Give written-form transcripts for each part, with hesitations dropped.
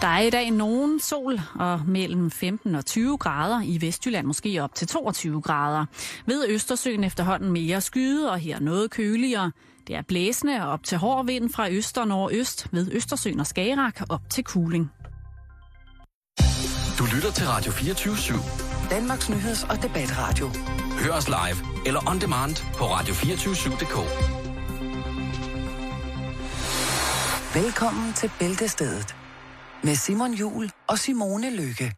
Der er i dag nogen sol og mellem 15 og 20 grader. I Vestjylland måske op til 22 grader. Ved Østersøen efterhånden mere skyde og her noget køligere. Det er blæsende og op til hård vind fra øst og nordøst. Ved Østersøen og Skagerrak op til kuling. Du lytter til Radio 24/7. Danmarks nyheds- og debatradio. Hør os live eller on demand på radio247.dk. Velkommen til Bæltestedet med Simon Juhl og Simone Lykke.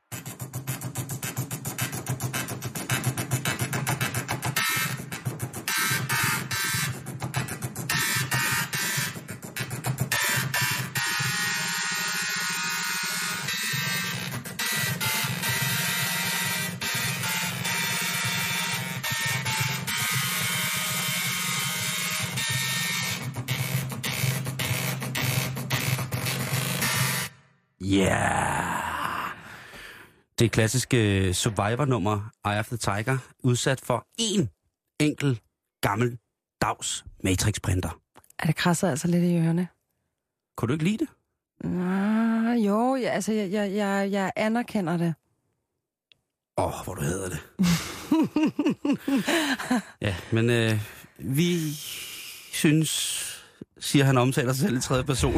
Yeah! Det klassiske Survivor-nummer, Eye of the Tiger, udsat for én enkelt gammel dags Matrix-printer. Er det krasset altså lidt i ørerne? Kunne du ikke lide det? Jo, altså jeg anerkender det. Hvor du hader det. Ja, men vi synes, siger han, omtaler sig selv i tredje person.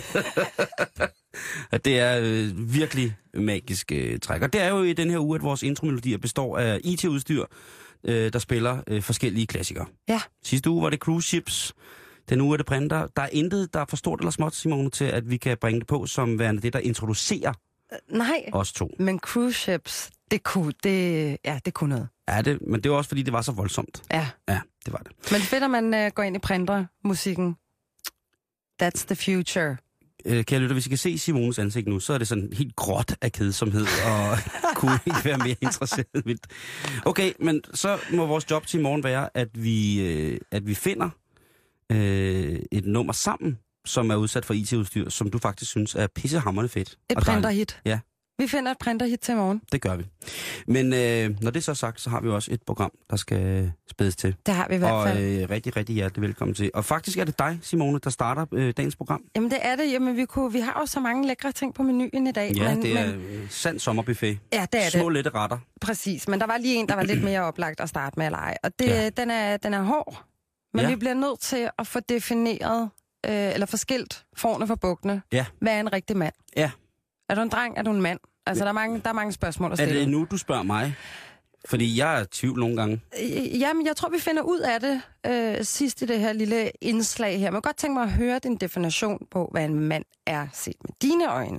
At det er virkelig magisk træk. Og det er jo i den her uge, at vores intromelodier består af IT-udstyr, der spiller forskellige klassikere. Ja. Sidste uge var det cruise ships. Den uge er det printer. Der er intet, der er for stort eller småt, Simone, til at vi kan bringe det på som værende det, der introducerer os to. Men cruise ships, det kunne noget. Ja, det, men det var også, fordi det var så voldsomt. Ja. Ja, det var det. Men fedt, at man går ind i printermusikken. That's the future. Kære lytter, hvis I kan se Simones ansigt nu, så er det sådan helt gråt af kedsomhed, og kunne ikke være mere interesseret. Okay, men så må vores job til i morgen være, at vi finder et nummer sammen, som er udsat for IT-udstyr, som du faktisk synes er pissehamrende fedt. Et printerhit. Ja. Vi finder et printerhit til i morgen. Det gør vi. Men når det så er sagt, så har vi også et program, der skal spædes til. Det har vi i hvert fald. Og rigtig, rigtig hjertelig velkommen til. Og faktisk er det dig, Simone, der starter dagens program. Jamen det er det. Jamen vi har jo så mange lækre ting på menuen i dag. Ja, det er sand sommerbuffet. Ja, det er Små lette retter. Præcis, men der var lige en, der var lidt mere oplagt at starte med eller ej. Og det, den er hård. Men vi bliver nødt til at få defineret, eller få skilt forne for bukkene. Ja. Hvad er en rigtig mand? Ja. Er du en dreng? Er du en mand? Altså, der er mange spørgsmål at stille. Er det nu, du spørger mig? Fordi jeg er i tvivl nogle gange. Jamen, jeg tror, vi finder ud af det sidst i det her lille indslag her. Men jeg kan godt tænke mig at høre din definition på, hvad en mand er set med dine øjne.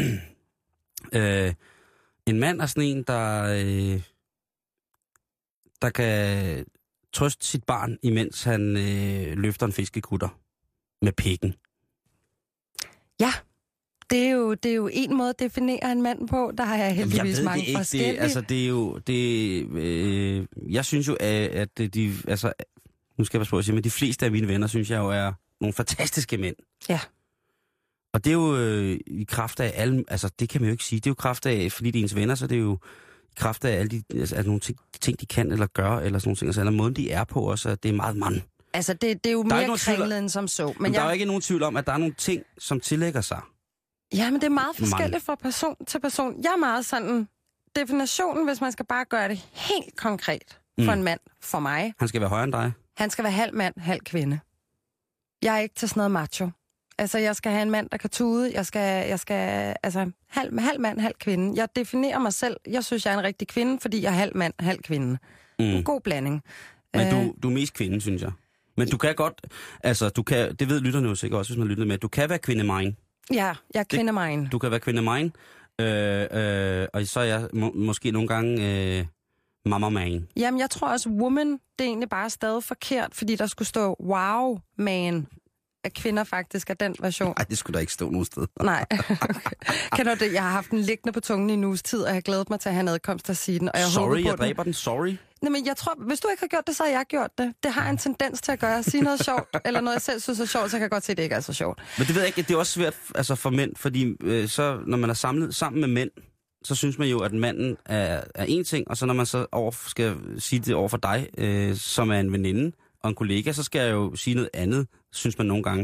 En mand er sådan en, der kan trøste sit barn, imens han løfter en fiskekutter med pikken. Ja. Det er jo en måde at definere en mand på. Der har jeg heldigvis mange forskellige. Jeg synes jo, at nu skal jeg passe på at sige, men de fleste af mine venner, synes jeg jo er nogle fantastiske mænd. Ja. Og det er jo i kraft af alle, altså det kan man jo ikke sige, det er jo kraft af, fordi de er ens venner, så det er jo i kraft af alle de, nogle ting, de kan eller gør, eller sådan nogle ting, altså eller måden de er på også, at det er meget mand. Altså det er jo mere kringlet end som så. Men der er jo ikke nogen tvivl om, at der er nogle ting, som tillægger sig. Ja, men det er meget forskelligt fra person til person. Jeg er meget sådan, definitionen, hvis man skal bare gøre det helt konkret for en mand, for mig. Han skal være højere end dig? Han skal være halv mand, halv kvinde. Jeg er ikke til sådan noget macho. Altså, jeg skal have en mand, der kan tude. Jeg skal halv mand, halv kvinde. Jeg definerer mig selv. Jeg synes, jeg er en rigtig kvinde, fordi jeg er halv mand, halv kvinde. En god blanding. Men du er mest kvinde, synes jeg. Men du kan godt, altså, det ved lytterne jo sikkert også, hvis man lytter med, du kan være kvinde-mine. Ja, jeg er kvinde-mine. Du kan være kvinde-mine, og så er jeg måske nogle gange mamma-man. Jamen, jeg tror også, woman, det er egentlig bare stadig forkert, fordi der skulle stå wow-man. At kvinder faktisk er den version. Nej, det skulle der ikke stå nogen sted. Nej. Okay. Kan du det? Jeg har haft den liggende på tungen i en uges tid, og jeg har glædet mig til at have adkomst at sige den. Og jeg sorry, jeg dræber den. Sorry. Nej, men jeg tror, hvis du ikke har gjort det, så har jeg gjort det. Det har en tendens til at gøre. Sige noget sjovt, eller noget jeg selv synes er sjovt, så kan jeg godt se, at det ikke er så sjovt. Men det ved jeg ikke, det er også svært altså for mænd, fordi så når man er samlet sammen med mænd, så synes man jo, at manden er en ting, og så når man så skal sige det over for dig, som er en veninde og en kollega, så skal jeg jo sige noget andet, synes man nogle gange.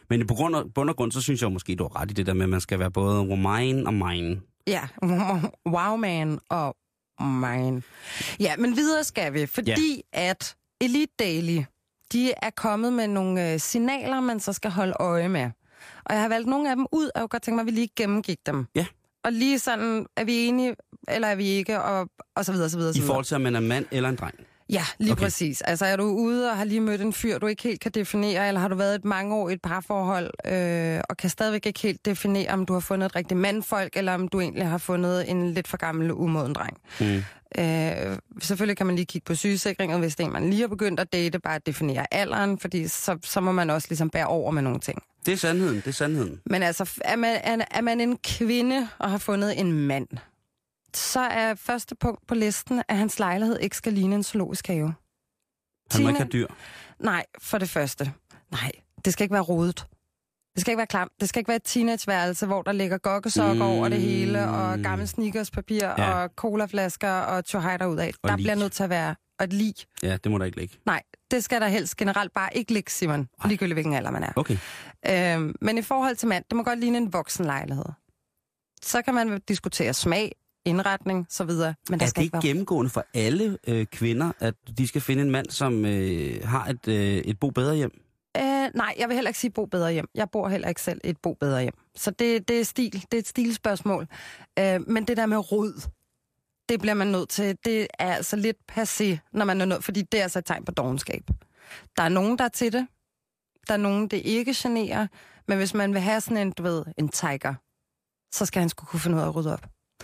Men på bund og grund, så synes jeg jo måske, du har ret i det der med, at man skal være både woman og mine. Ja, wow man og mine. Ja, men videre skal vi, fordi at Elite Daily, de er kommet med nogle signaler, man så skal holde øje med. Og jeg har valgt nogle af dem ud, og jeg kunne godt tænke mig, at vi lige gennemgik dem. Ja. Og lige sådan, er vi enige, eller er vi ikke, og så videre, så videre. I forhold til, om man er mand eller en dreng? Ja, lige præcis. Altså er du ude og har lige mødt en fyr, du ikke helt kan definere, eller har du været mange år i et parforhold, og kan stadigvæk ikke helt definere, om du har fundet et rigtigt mandfolk, eller om du egentlig har fundet en lidt for gammel, umoden dreng. Selvfølgelig kan man lige kigge på sygesikringen, hvis det er en, man lige har begyndt at date, bare at definere alderen, fordi så må man også ligesom bære over med nogle ting. Det er sandheden, Men altså, er man en kvinde og har fundet en mand, så er første punkt på listen, at hans lejlighed ikke skal ligne en zoologisk have. Han må ikke have dyr? Nej, for det første. Nej, det skal ikke være rodet. Det skal ikke være klamt. Det skal ikke være et teenageværelse, hvor der ligger gokkesokker over det hele, og gammel sneakerspapir, og colaflasker, og tjohej derudad. Der bliver nødt til at være et lig. Ja, det må der ikke ligge. Nej, det skal der helst generelt bare ikke ligge, Simon. Ligegyldigt hvilken alder man er. Okay. Men i forhold til mand, det må godt ligne en voksen lejlighed. Så kan man diskutere smag, indretning, så videre. Men der skal ikke være gennemgående for alle kvinder, at de skal finde en mand, som har et bo bedre hjem? Nej, jeg vil heller ikke sige bo bedre hjem. Jeg bor heller ikke selv et bo bedre hjem. Så det er stil. Det er et stilspørgsmål. Men det der med rod, det bliver man nødt til. Det er altså lidt passé, når man er nødt, fordi det er altså et tegn på dovenskab. Der er nogen, der er til det. Der er nogen, det ikke generer. Men hvis man vil have sådan en, en tiger, så skal han sgu kunne finde ud af at rydde op.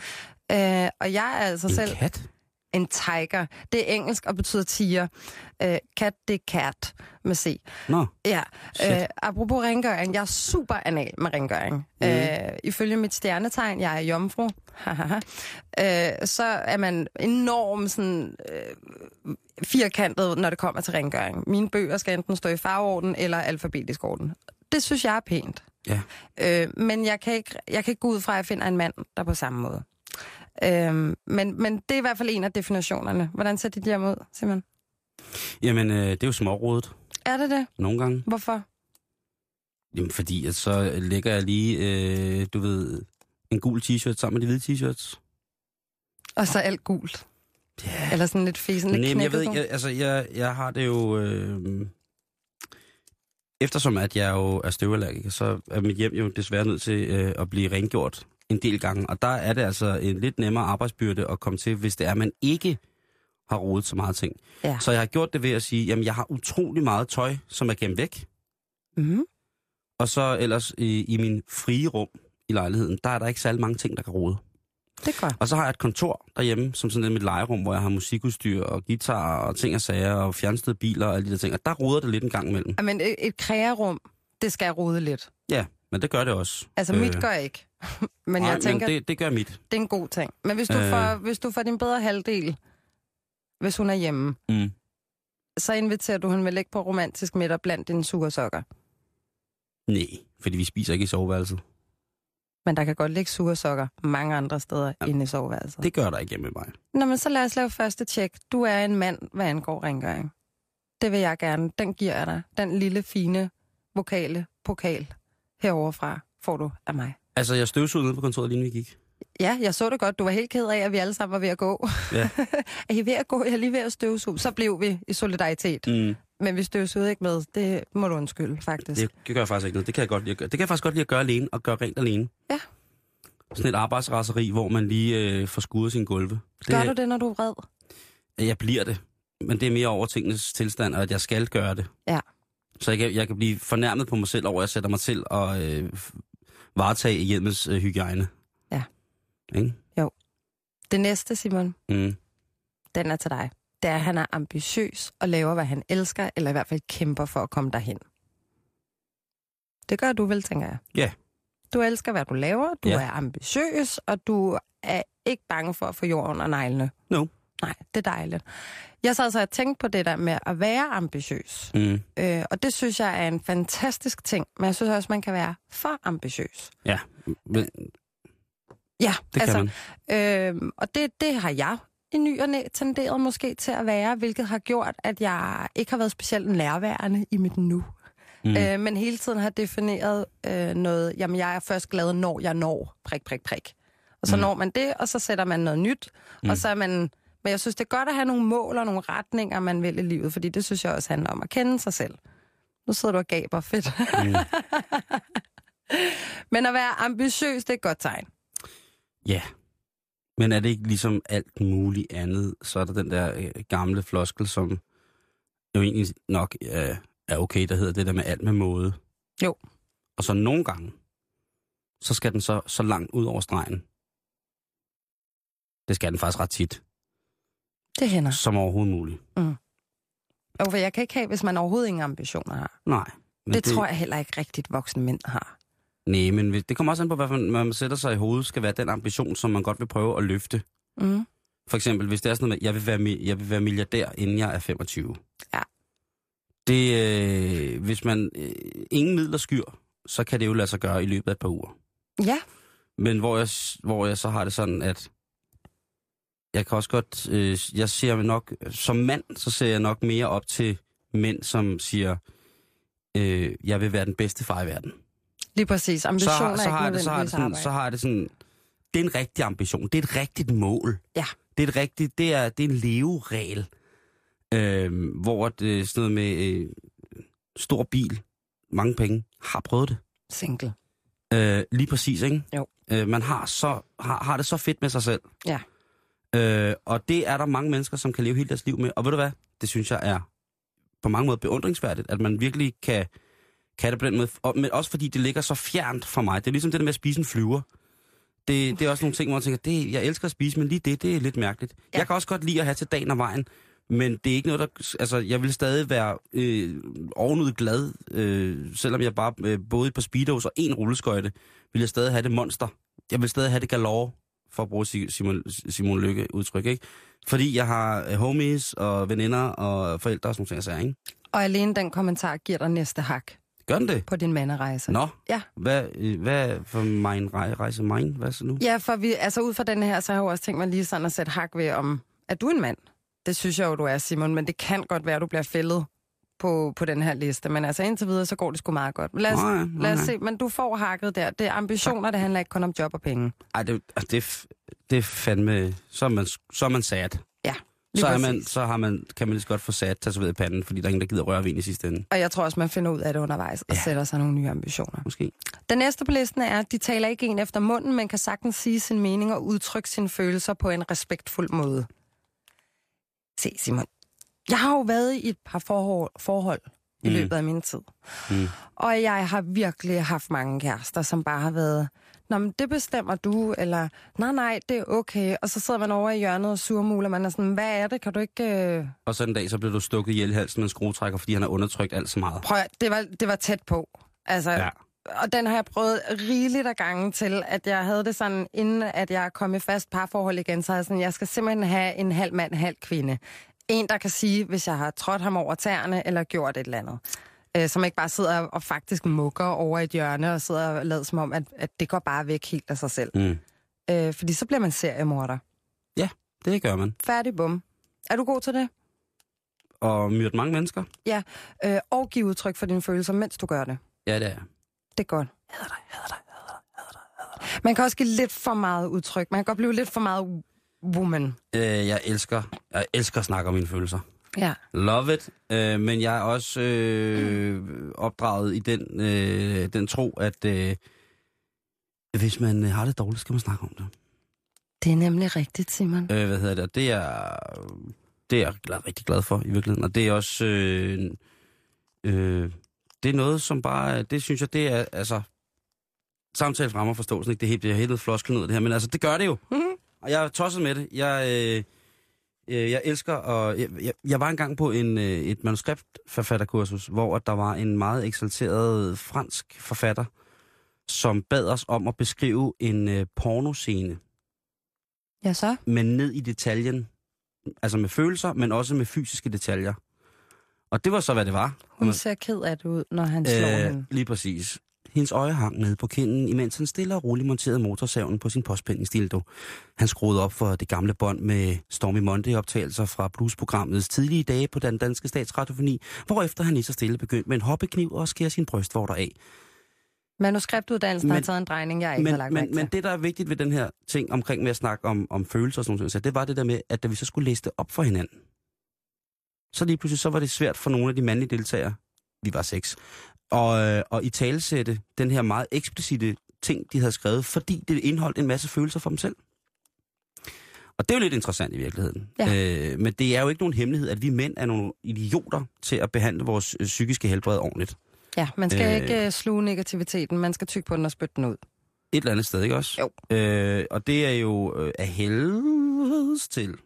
Og jeg er altså selv... kat? En tiger. Det er engelsk og betyder tiger. Cat, det er cat med C. Nå. Ja. Apropos rengøring, jeg er super anal med rengøring. Ifølge mit stjernetegn, jeg er jomfru, så er man enormt sådan, firkantet, når det kommer til rengøring. Mine bøger skal enten stå i farveorden eller alfabetisk orden. Det synes jeg er pænt. Ja. Men jeg kan ikke gå ud fra, at jeg finder en mand, der er på samme måde. Men det er i hvert fald en af definitionerne. Hvordan ser de der ud, Simon? Jamen, det er jo smårodet. Er det det? Nogle gange. Hvorfor? Jamen, fordi at så lægger jeg lige, en gul t-shirt sammen med de hvide t-shirts. Og så alt gult? Yeah. Eller sådan lidt fesen, lidt knækket? Jeg ved ikke, jeg har det jo... eftersom at jeg jo er støvallergiker, så er mit hjem jo desværre nødt til at blive rengjort en del gange. Og der er det altså en lidt nemmere arbejdsbyrde at komme til, hvis det er, at man ikke har rodet så meget ting. Ja. Så jeg har gjort det ved at sige, jamen jeg har utrolig meget tøj, som er gemt væk. Mm-hmm. Og så ellers i min frie rum i lejligheden, der er der ikke særlig mange ting, der kan rode. Det er godt. Og så har jeg et kontor derhjemme, som sådan mit legerum, hvor jeg har musikudstyr og guitar og ting og sager og fjernstede biler og alle de der ting. Og der roder det lidt en gang imellem. Men et krearum, det skal rode lidt. Ja, men det gør det også. Altså mit gør ikke. Men nej, jeg tænker, men det gør mit. Det er en god ting. Men hvis du får din bedre halvdel, hvis hun er hjemme, så inviterer du hende vel ikke på romantisk middag blandt dine sugersokker? Nej, fordi vi spiser ikke i soveværelset. Men der kan godt ligge sugersokker mange andre steder inde i soveværelset. Det gør der ikke hjemme med mig. Nå, men så lad os lave første tjek. Du er en mand, hvad angår rengøring. Det vil jeg gerne. Den giver jeg dig. Den lille, fine, vokale pokal heroverfra får du af mig. Altså, jeg støvsugede nede på kontoret, lige vi gik. Ja, jeg så det godt. Du var helt ked af, at vi alle sammen var ved at gå. Ja. Er I ved at gå? Jeg er lige ved at støvsuge. Så blev vi i solidaritet. Men vi støvsugede ikke med. Det må du undskylde, faktisk. Det gør jeg faktisk ikke noget. Det kan jeg godt lide at gøre. Det kan jeg faktisk godt lide at gøre alene, og gøre rent alene. Ja. Sådan et arbejdsraseri, hvor man lige får skuddet sine gulve. Gør du det, når du er vred? Jeg bliver det. Men det er mere over tingenes tilstand, og at jeg skal gøre det. Ja. Så jeg kan blive fornærmet på mig selv over, at jeg sætter mig til at varetage hjemmets hygiejne. Ja. Ikke? Jo. Det næste, Simon, den er til dig. Det er, at han er ambitiøs og laver, hvad han elsker, eller i hvert fald kæmper for at komme derhen. Det gør du vel, tænker jeg. Ja. Du elsker, hvad du laver, du er ambitiøs, og du er ikke bange for at få jord under neglene. No. Nej, det er dejligt. Jeg sad så og tænkte på det der med at være ambitiøs. Og det synes jeg er en fantastisk ting, men jeg synes også, man kan være for ambitiøs. Ja, men... Ja, det altså, kan man. Og det har jeg i ny og næ tenderet måske til at være, hvilket har gjort, at jeg ikke har været specielt nærværende i mit nu. Men hele tiden har defineret noget, jamen jeg er først glad, når jeg når, prik. Og så når man det, og så sætter man noget nyt, og så er man... Men jeg synes, det er godt at have nogle mål og nogle retninger, man vil i livet, fordi det synes jeg også handler om at kende sig selv. Nu sidder du og gaber, fedt. Men at være ambitiøs, det er et godt tegn. Ja, men er det ikke ligesom alt muligt andet, så er der den der gamle floskel, som jo egentlig nok er okay, der hedder det der med alt med måde. Jo. Og så nogle gange, så skal den så langt ud over stregen. Det skal den faktisk ret tit. Det hænder. Som overhovedet muligt. Og for jeg kan ikke have, hvis man overhovedet ingen ambitioner har. Nej. Det tror jeg heller ikke rigtigt voksne mænd har. Nej, men det kommer også an på, hvad man sætter sig i hovedet, skal være den ambition, som man godt vil prøve at løfte. For eksempel, hvis det er sådan noget med, jeg vil være milliardær, inden jeg er 25. Ja. Det, hvis man ingen midler skyr, så kan det jo lade sig gøre i løbet af et par uger. Ja. Men hvor jeg så har det sådan, at jeg kan også godt, jeg ser nok, som mand, så ser jeg nok mere op til mænd, som siger, jeg vil være den bedste far i verden. Lige præcis. Ambitioner er ikke nødvendigvis arbejde. Så har jeg det sådan, det er en rigtig ambition, det er et rigtigt mål. Ja. Det er en leveregel, hvor det er sådan noget med stor bil, mange penge, har prøvet det. Single. Lige præcis, ikke? Jo. Man har det så fedt med sig selv. Ja. Og det er der mange mennesker, som kan leve hele deres liv med. Og ved du hvad? Det synes jeg er på mange måder beundringsværdigt, at man virkelig kan det på den måde. Men også fordi det ligger så fjernt for mig. Det er ligesom det der med at spise en flyver. Det er også nogle ting, hvor jeg tænker, jeg elsker at spise, men lige det er lidt mærkeligt. Ja. Jeg kan også godt lide at have til dagen og vejen, men det er ikke noget, der... Altså, jeg vil stadig være ovenud glad, selvom jeg bare boede på speedos og en rulleskøjte, vil jeg stadig have det monster. Jeg vil stadig have det galore, for at bruge Simon Lykke udtryk, ikke? Fordi jeg har homies og veninder og forældre og sådan nogle ting, ikke? Og alene den kommentar giver dig næste hak. Gør den det? På din manderejse. Nå, ja. Hvad for min rejse mine? Hvad så nu? Ja, for ud fra den her, så har jeg jo også tænkt mig lige sådan at sætte hak ved om, er du en mand? Det synes jeg jo, du er, Simon, men det kan godt være, at du bliver fældet på den her liste. Men altså indtil videre, så går det sgu meget godt. Lad os se, men du får hakket der. Det er ambitioner, det handler ikke kun om job og penge. Ej, det er fandme... Så er man sat. Ja. Kan man lige så godt få sat tatoveret i panden, fordi der er ingen, der gider røre ved en i sidste ende. Og jeg tror også, man finder ud af det undervejs og sætter sig nogle nye ambitioner. Måske. Den næste på listen er, at de taler ikke en efter munden, men kan sagtens sige sin mening og udtrykke sine følelser på en respektfuld måde. Se, Simon. Jeg har jo været i et par forhold i løbet af min tid. Og jeg har virkelig haft mange kærester, som bare har været... Nå, men det bestemmer du, eller nej, det er okay. Og så sidder man over i hjørnet og surmuler, man er sådan, hvad er det, kan du ikke... Og så en dag, så blev du stukket ihjel i halsen med en skruetrækker, fordi han har undertrykt alt så meget. Prøv, det var tæt på. Altså, ja. Og den har jeg prøvet rigeligt af gange til, at jeg havde det sådan, inden at jeg kom i fast parforhold igen, så jeg sådan, jeg skal simpelthen have en halv mand, halv kvinde. En, der kan sige, hvis jeg har trådt ham over tæerne, eller gjort et eller andet. Som ikke bare sidder og faktisk mukker over et hjørne, og sidder og lader som om, at det går bare væk helt af sig selv. Fordi så bliver man seriemorder. Ja, det gør man. Færdig bum. Er du god til det? Og myrde mange mennesker? Ja, og give udtryk for dine følelser, mens du gør det. Ja, det er. Det er godt. Hader dig. Man kan også give lidt for meget udtryk. Man kan godt blive lidt for meget woman. Jeg elsker at snakke om mine følelser. Ja. Love it. Men jeg er også opdraget i den tro, at hvis man har det dårligt, skal man snakke om det. Det er nemlig rigtigt, Simon. Det er jeg rigtig glad for i virkeligheden. Og det er også... det er noget, som bare... Det synes jeg, det er... Altså, samtale frem og forståelsen, ikke? Det er helt flosklen ud af det her, men altså, det gør det jo. Og jeg er tosset med det. Jeg elsker, og jeg var engang på et manuskriptforfatterkursus, hvor der var en meget eksalteret fransk forfatter, som bad os om at beskrive en pornoscene. Ja, så? Men ned i detaljen. Altså med følelser, men også med fysiske detaljer. Og det var så, hvad det var. Hun ser ked af det ud, når han slår hende. Lige præcis. hendes øje hang nede på kinden, imens han stille og roligt monterede motorsaven på sin påspændingsdildo. Han skruede op for det gamle bånd med Stormy Monday-optagelser fra bluesprogrammets tidlige dage på den danske statsradiofoni, hvorefter han lige så stille begyndte med en hoppekniv og skære sin brystvorter af. Manuskriptuddannelsen har taget en drejning, jeg ikke har lagt mærke til. Men det, der er vigtigt ved den her ting omkring med at snakke om følelser og sådan noget, så det var det der med, at da vi så skulle læse det op for hinanden, så lige pludselig så var det svært for nogle af de mandlige deltagere, vi var 6, og i talesætte den her meget eksplicite ting, de havde skrevet, fordi det indeholdt en masse følelser for dem selv. Og det er jo lidt interessant i virkeligheden. Ja. Men det er jo ikke nogen hemmelighed, at vi mænd er nogle idioter til at behandle vores psykiske helbred ordentligt. Ja, man skal ikke sluge negativiteten, man skal tygge på den og spytte den ud. Et eller andet sted, ikke også? Jo. Og det er jo af helvedes til.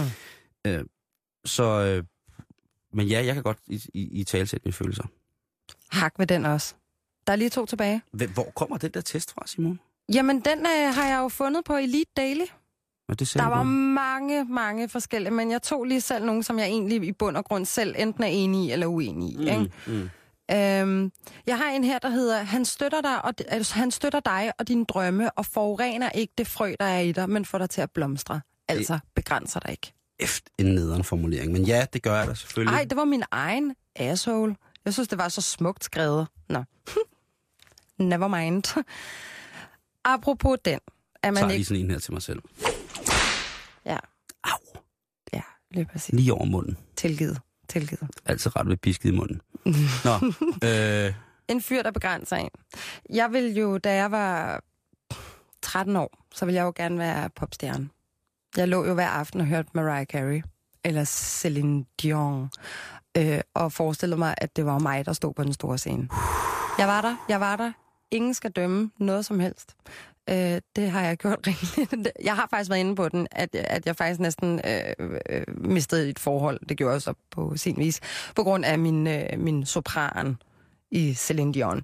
Men ja, jeg kan godt i talesætte mine følelser. Hak ved den også. Der er lige 2 tilbage. Hvor kommer den der test fra, Simon? Jamen, den har jeg jo fundet på Elite Daily. Der var mange forskellige, men jeg tog lige selv nogle, som jeg egentlig i bund og grund selv enten er enig i eller uenig i. Jeg har en her, der hedder, han støtter dig og dine drømme og forurener ikke det frø, der er i dig, men får dig til at blomstre. Altså begrænser dig ikke. En nederen formulering, men ja, det gør jeg da selvfølgelig. Ej, det var min egen asshole. Jeg synes, det var så smukt skrevet. Nå. Never mind. Apropos den. Er man lige sådan en her til mig selv. Ja. Au. Ja, lige præcis. Lige over munden. Tilgivet. Altid ret ved pisket i munden. Nå. En fyr, der begrænser en. Jeg ville jo, da jeg var 13 år, så ville jeg jo gerne være popstjerne. Jeg lå jo hver aften og hørte Mariah Carey, eller Celine Dion, og forestillede mig, at det var mig, der stod på den store scene. Jeg var der. Ingen skal dømme noget som helst. Det har jeg gjort rigeligt. Jeg har faktisk været inde på den, at jeg faktisk næsten mistede et forhold. Det gjorde jeg så på sin vis. På grund af min sopran i Celine Dion.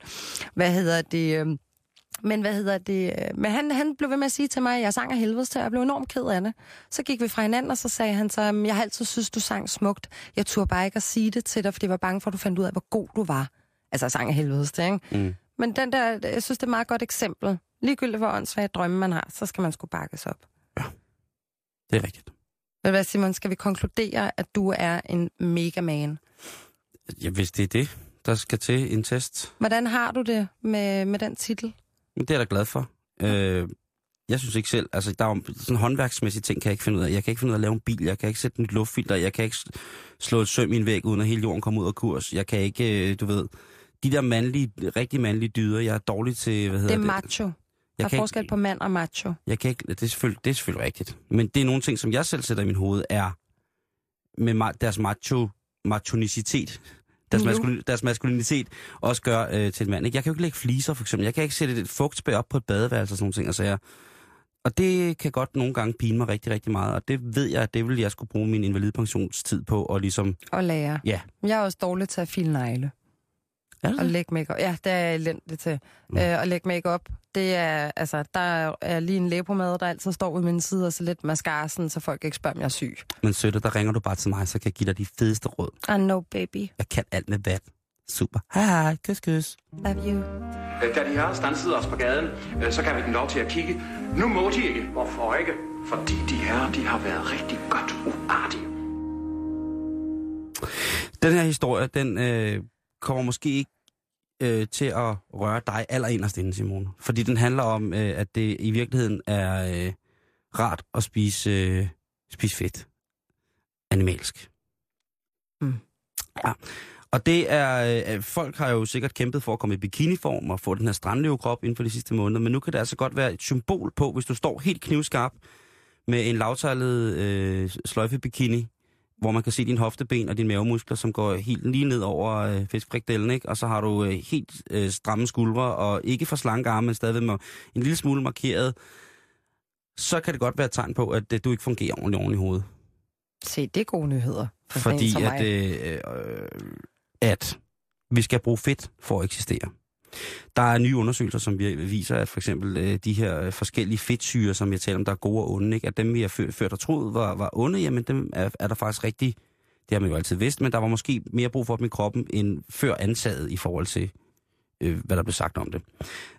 Men han blev ved med at sige til mig, at jeg sang af helvedes til, og jeg blev enormt ked af det. Så gik vi fra hinanden, og så sagde han så, jeg har altid synes, du sang smukt. Jeg turde bare ikke at sige det til dig, fordi jeg var bange for, at du fandt ud af, hvor god du var. Altså, jeg sang af helvedes til, ikke? Mm. Men den der, jeg synes, det er et meget godt eksempel. Ligegyldigt hvor åndssvagt drømme man har, så skal man sgu bakkes op. Ja, det er rigtigt. Ved du hvad, Simon, skal vi konkludere, at du er en megaman? Ja, hvis det er det, der skal til en test. Hvordan har du det med den titel? Det er jeg da glad for. Jeg synes ikke selv, altså der er sådan håndværksmæssige ting, kan jeg ikke finde ud af. Jeg kan ikke finde ud af at lave en bil, jeg kan ikke sætte et luftfilter, jeg kan ikke slå et søm i en væg, uden at hele jorden kommer ud af kurs. Jeg kan ikke, du ved, de der rigtig mandlige dyder, jeg er dårlig til, det er macho. Der er forskel på mand og macho. Jeg kan ikke, det er selvfølgelig rigtigt. Men det er nogle ting, som jeg selv sætter i min hoved, er med deres machonicitet. Deres maskulinitet også gør til en mand. Ikke? Jeg kan jo ikke lægge fliser, for eksempel. Jeg kan ikke sætte et fugtspær op på et badeværelse og sådan nogle ting. Altså og det kan godt nogle gange pine mig rigtig, rigtig meget. Og det ved jeg, at det vil jeg skulle bruge min invalidpensionstid på. Og ligesom... Og lære. Ja. Jeg er også dårlig til at file negle. Og lægge make-up. Ja, det er jeg elendig til. At lægge make-up. Det er, altså, der er lige en læbepomade, der altid står ud min side, og så lidt mascara, sådan, så folk ikke spørger, om jeg er syg. Men søtter, der ringer du bare til mig, så kan jeg give dig de fedeste råd. I know, baby. Jeg kan alt med vat. Super. Hej, kys. Love you. Da de har stanset os på gaden, så kan vi dem lov til at kigge. Nu må de ikke. Hvorfor ikke? Fordi de her, de har været rigtig godt uartige. Den her historie, den kommer måske ikke til at røre dig allerinderst inde, Simone. Fordi den handler om, at det i virkeligheden er rart at spise fedt. Animalsk. Mm. Ja. Og det er, folk har jo sikkert kæmpet for at komme i bikiniform og få den her strandløvekrop inden for de sidste måneder, men nu kan det altså godt være et symbol på, hvis du står helt knivskarp med en lavtallet sløjfebikini, hvor man kan se dine hofteben og dine mavemuskler, som går helt lige ned over fiskfrikdellen, ikke? Og så har du helt stramme skuldre og ikke for slanke arme, men stadig med en lille smule markeret. Så kan det godt være et tegn på, at du ikke fungerer ordentligt oven i hovedet. Se, det er gode nyheder. Fordi at vi skal bruge fedt for at eksistere. Der er nye undersøgelser, som viser, at for eksempel de her forskellige fedtsyrer, som jeg taler om, der er gode og onde, ikke? At dem vi har ført og troet var onde, jamen dem er der faktisk rigtig, det har man jo altid vidst, men der var måske mere brug for dem i kroppen, end før antaget i forhold til hvad der blev sagt om det.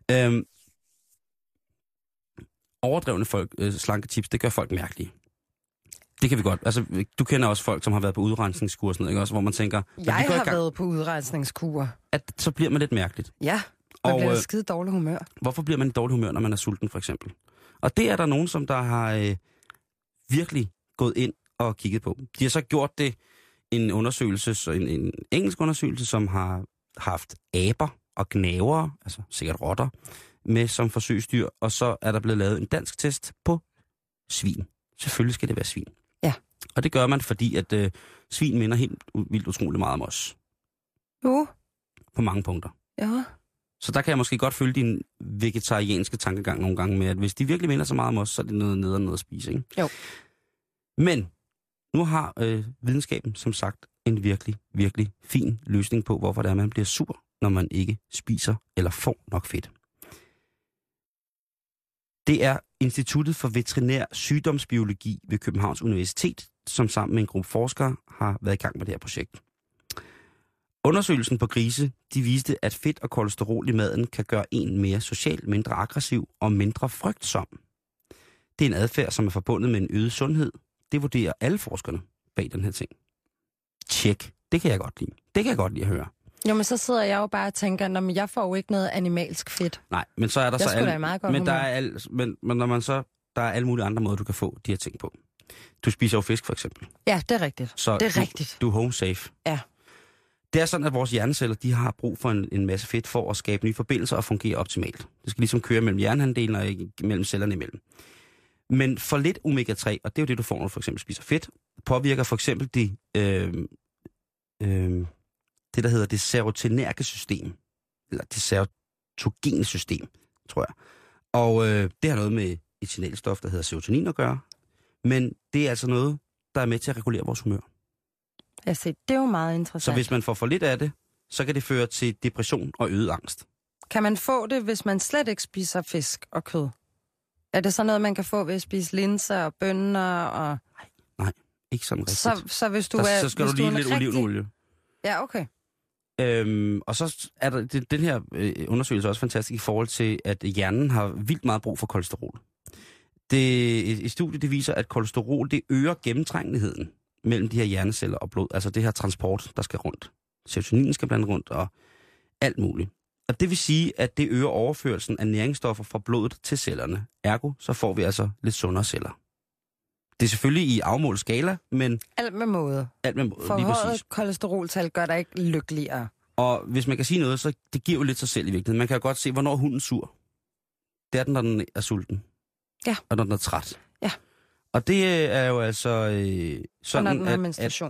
Overdrevne slanketips, det gør folk mærkelige. Det kan vi godt. Altså, du kender også folk, som har været på udrensningskur, sådan noget, ikke? Også, hvor man tænker... Jeg har været på udrensningskur. At så bliver man lidt mærkeligt. Ja, man bliver skide dårlig humør. Hvorfor bliver man i dårlig humør, når man er sulten, for eksempel? Og det er der nogen, som der har virkelig gået ind og kigget på. De har så gjort det en undersøgelse, en engelsk undersøgelse, som har haft aber og gnavere, altså sikkert rotter, med som forsøgsdyr, og så er der blevet lavet en dansk test på svin. Selvfølgelig skal det være svin. Ja. Og det gør man, fordi at svin minder helt vildt utroligt meget om os. Jo. På mange punkter. Ja. Så der kan jeg måske godt følge din vegetarianske tankegang nogle gange med, at hvis de virkelig minder så meget om os, så er det noget at spise, ikke? Jo. Men nu har videnskaben som sagt en virkelig, virkelig fin løsning på, hvorfor det er, man bliver sur, når man ikke spiser eller får nok fedt. Det er Instituttet for Veterinær Sygdomsbiologi ved Københavns Universitet, som sammen med en gruppe forskere har været i gang med det her projekt. Undersøgelsen på grise, de viste, at fedt og kolesterol i maden kan gøre en mere social, mindre aggressiv og mindre frygtsom. Det er en adfærd, som er forbundet med en øget sundhed. Det vurderer alle forskerne bag den her ting. Tjek. Det kan jeg godt lide. Det kan jeg godt lide at høre. Jo, men så sidder jeg jo bare og tænker, at jeg får jo ikke noget animalsk fedt. Nej, men så er der men når man så der er alle mulige andre måder, du kan få de her ting på. Du spiser jo fisk, for eksempel. Ja, det er rigtigt. Så det er rigtigt. Du er home safe. Ja. Det er sådan, at vores hjerneceller, de har brug for en masse fedt for at skabe nye forbindelser og fungere optimalt. Det skal ligesom køre mellem hjernehalvdelen og mellem cellerne imellem. Men for lidt omega-3, og det er jo det, du får, når du for eksempel spiser fedt, påvirker for eksempel det, der hedder det serotonerge system, eller det serotogene system, tror jeg. Og det har noget med et signalstof, der hedder serotonin at gøre, men det er altså noget, der er med til at regulere vores humør. Altså, det er jo meget interessant. Så hvis man får for lidt af det, så kan det føre til depression og øget angst. Kan man få det, hvis man slet ikke spiser fisk og kød? Er det så noget, man kan få ved at spise linser og bønner og... Nej, ikke sådan rigtigt. Så hvis du så skal du lige lidt olivenolie. Ja, okay. Og så er der den her undersøgelse også fantastisk i forhold til, at hjernen har vildt meget brug for kolesterol. Et studie, det viser, at kolesterol, det øger gennemtrængeligheden mellem de her hjerneceller og blod. Altså det her transport, der skal rundt. Serotonin skal blande rundt og alt muligt. Og det vil sige, at det øger overførelsen af næringsstoffer fra blodet til cellerne. Ergo, så får vi altså lidt sundere celler. Det er selvfølgelig i afmålt skala, men... Alt med måde. Alt med måde, forhøjet kolesteroltal gør dig ikke lykkeligere. Og hvis man kan sige noget, så det giver jo lidt sig selv i virkeligheden. Man kan jo godt se, hvornår hunden er sur. Det er den, når den er sulten. Ja. Og når den er træt. Ja. Og det er jo altså sådan, og når den har menstruation.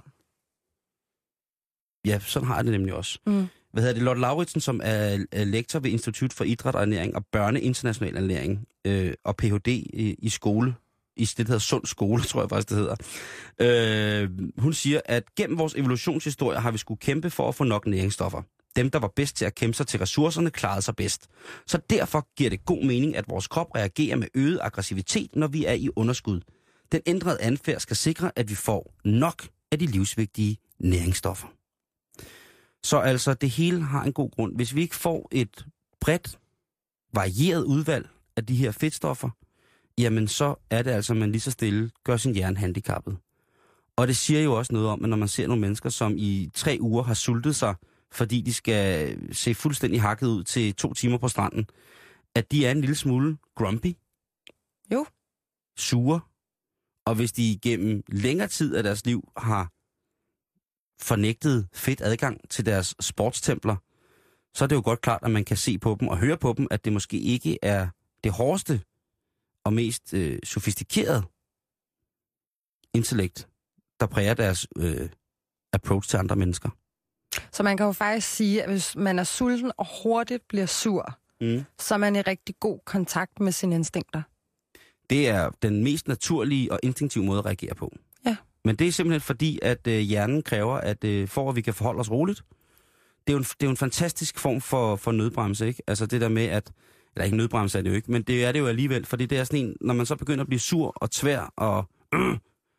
Ja, sådan har jeg det nemlig også. Mm. Lotte Lauritsen, som er lektor ved Institut for Idræt og Ernæring og Børneinternational Ernæring og Ph.D. i skole, i det, der hedder Sund Skole, tror jeg faktisk, det hedder. Hun siger, at gennem vores evolutionshistorie har vi skulle kæmpe for at få nok næringsstoffer. Dem, der var bedst til at kæmpe sig til ressourcerne, klarede sig bedst. Så derfor giver det god mening, at vores krop reagerer med øget aggressivitet, når vi er i underskud. Den ændrede adfærd skal sikre, at vi får nok af de livsvigtige næringsstoffer. Så altså, det hele har en god grund. Hvis vi ikke får et bredt, varieret udvalg af de her fedtstoffer, jamen så er det altså, at man lige så stille gør sin hjerne handicappet. Og det siger jo også noget om, at når man ser nogle mennesker, som i 3 uger har sultet sig, fordi de skal se fuldstændig hakket ud til 2 timer på stranden, at de er en lille smule grumpy. Jo. Sure. Og hvis de gennem længere tid af deres liv har fornægtet fedt adgang til deres sportstempler, så er det jo godt klart, at man kan se på dem og høre på dem, at det måske ikke er det hårdeste og mest sofistikerede intellekt, der præger deres approach til andre mennesker. Så man kan jo faktisk sige, at hvis man er sulten og hurtigt bliver sur, så er man i rigtig god kontakt med sine instinkter. Det er den mest naturlige og instinktive måde at reagere på. Ja. Men det er simpelthen fordi, at hjernen kræver, at for at vi kan forholde os roligt, det er jo en fantastisk form for nødbremse, ikke? Altså det der med, eller ikke nødbremse er det jo ikke, men det er det jo alligevel, fordi det er sådan en, når man så begynder at blive sur og tvær, og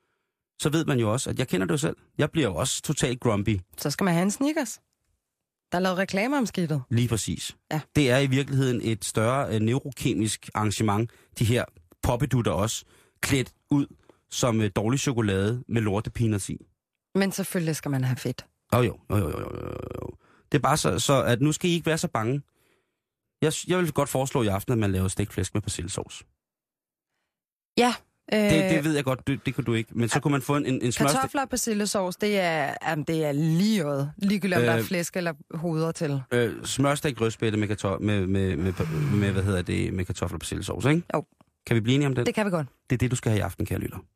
så ved man jo også, at jeg kender det jo selv. Jeg bliver jo også totalt grumpy. Så skal man have en Snickers. Der er lavet reklamer om skidtet. Lige præcis. Ja. Det er i virkeligheden et større neurokemisk arrangement. De her poppedutter også klædt ud som dårlig chokolade med lortepeanuts i. Men selvfølgelig skal man have fedt. Jo. Det er bare så at nu skal I ikke være så bange. Jeg vil godt foreslå i aften, at man laver stegt flæsk med persillesauce. Ja. Det ved jeg godt, det kan du ikke. Men så kunne man få en smør... Kartofler og persillesauce, det er ligegyldigt, om der er flæsk eller hoveder til. Smørstegt rødspætte med kartofler og persillesauce, ikke? Jo. Kan vi blive enige om det? Det kan vi godt. Det er det, du skal have i aften, kære lytter.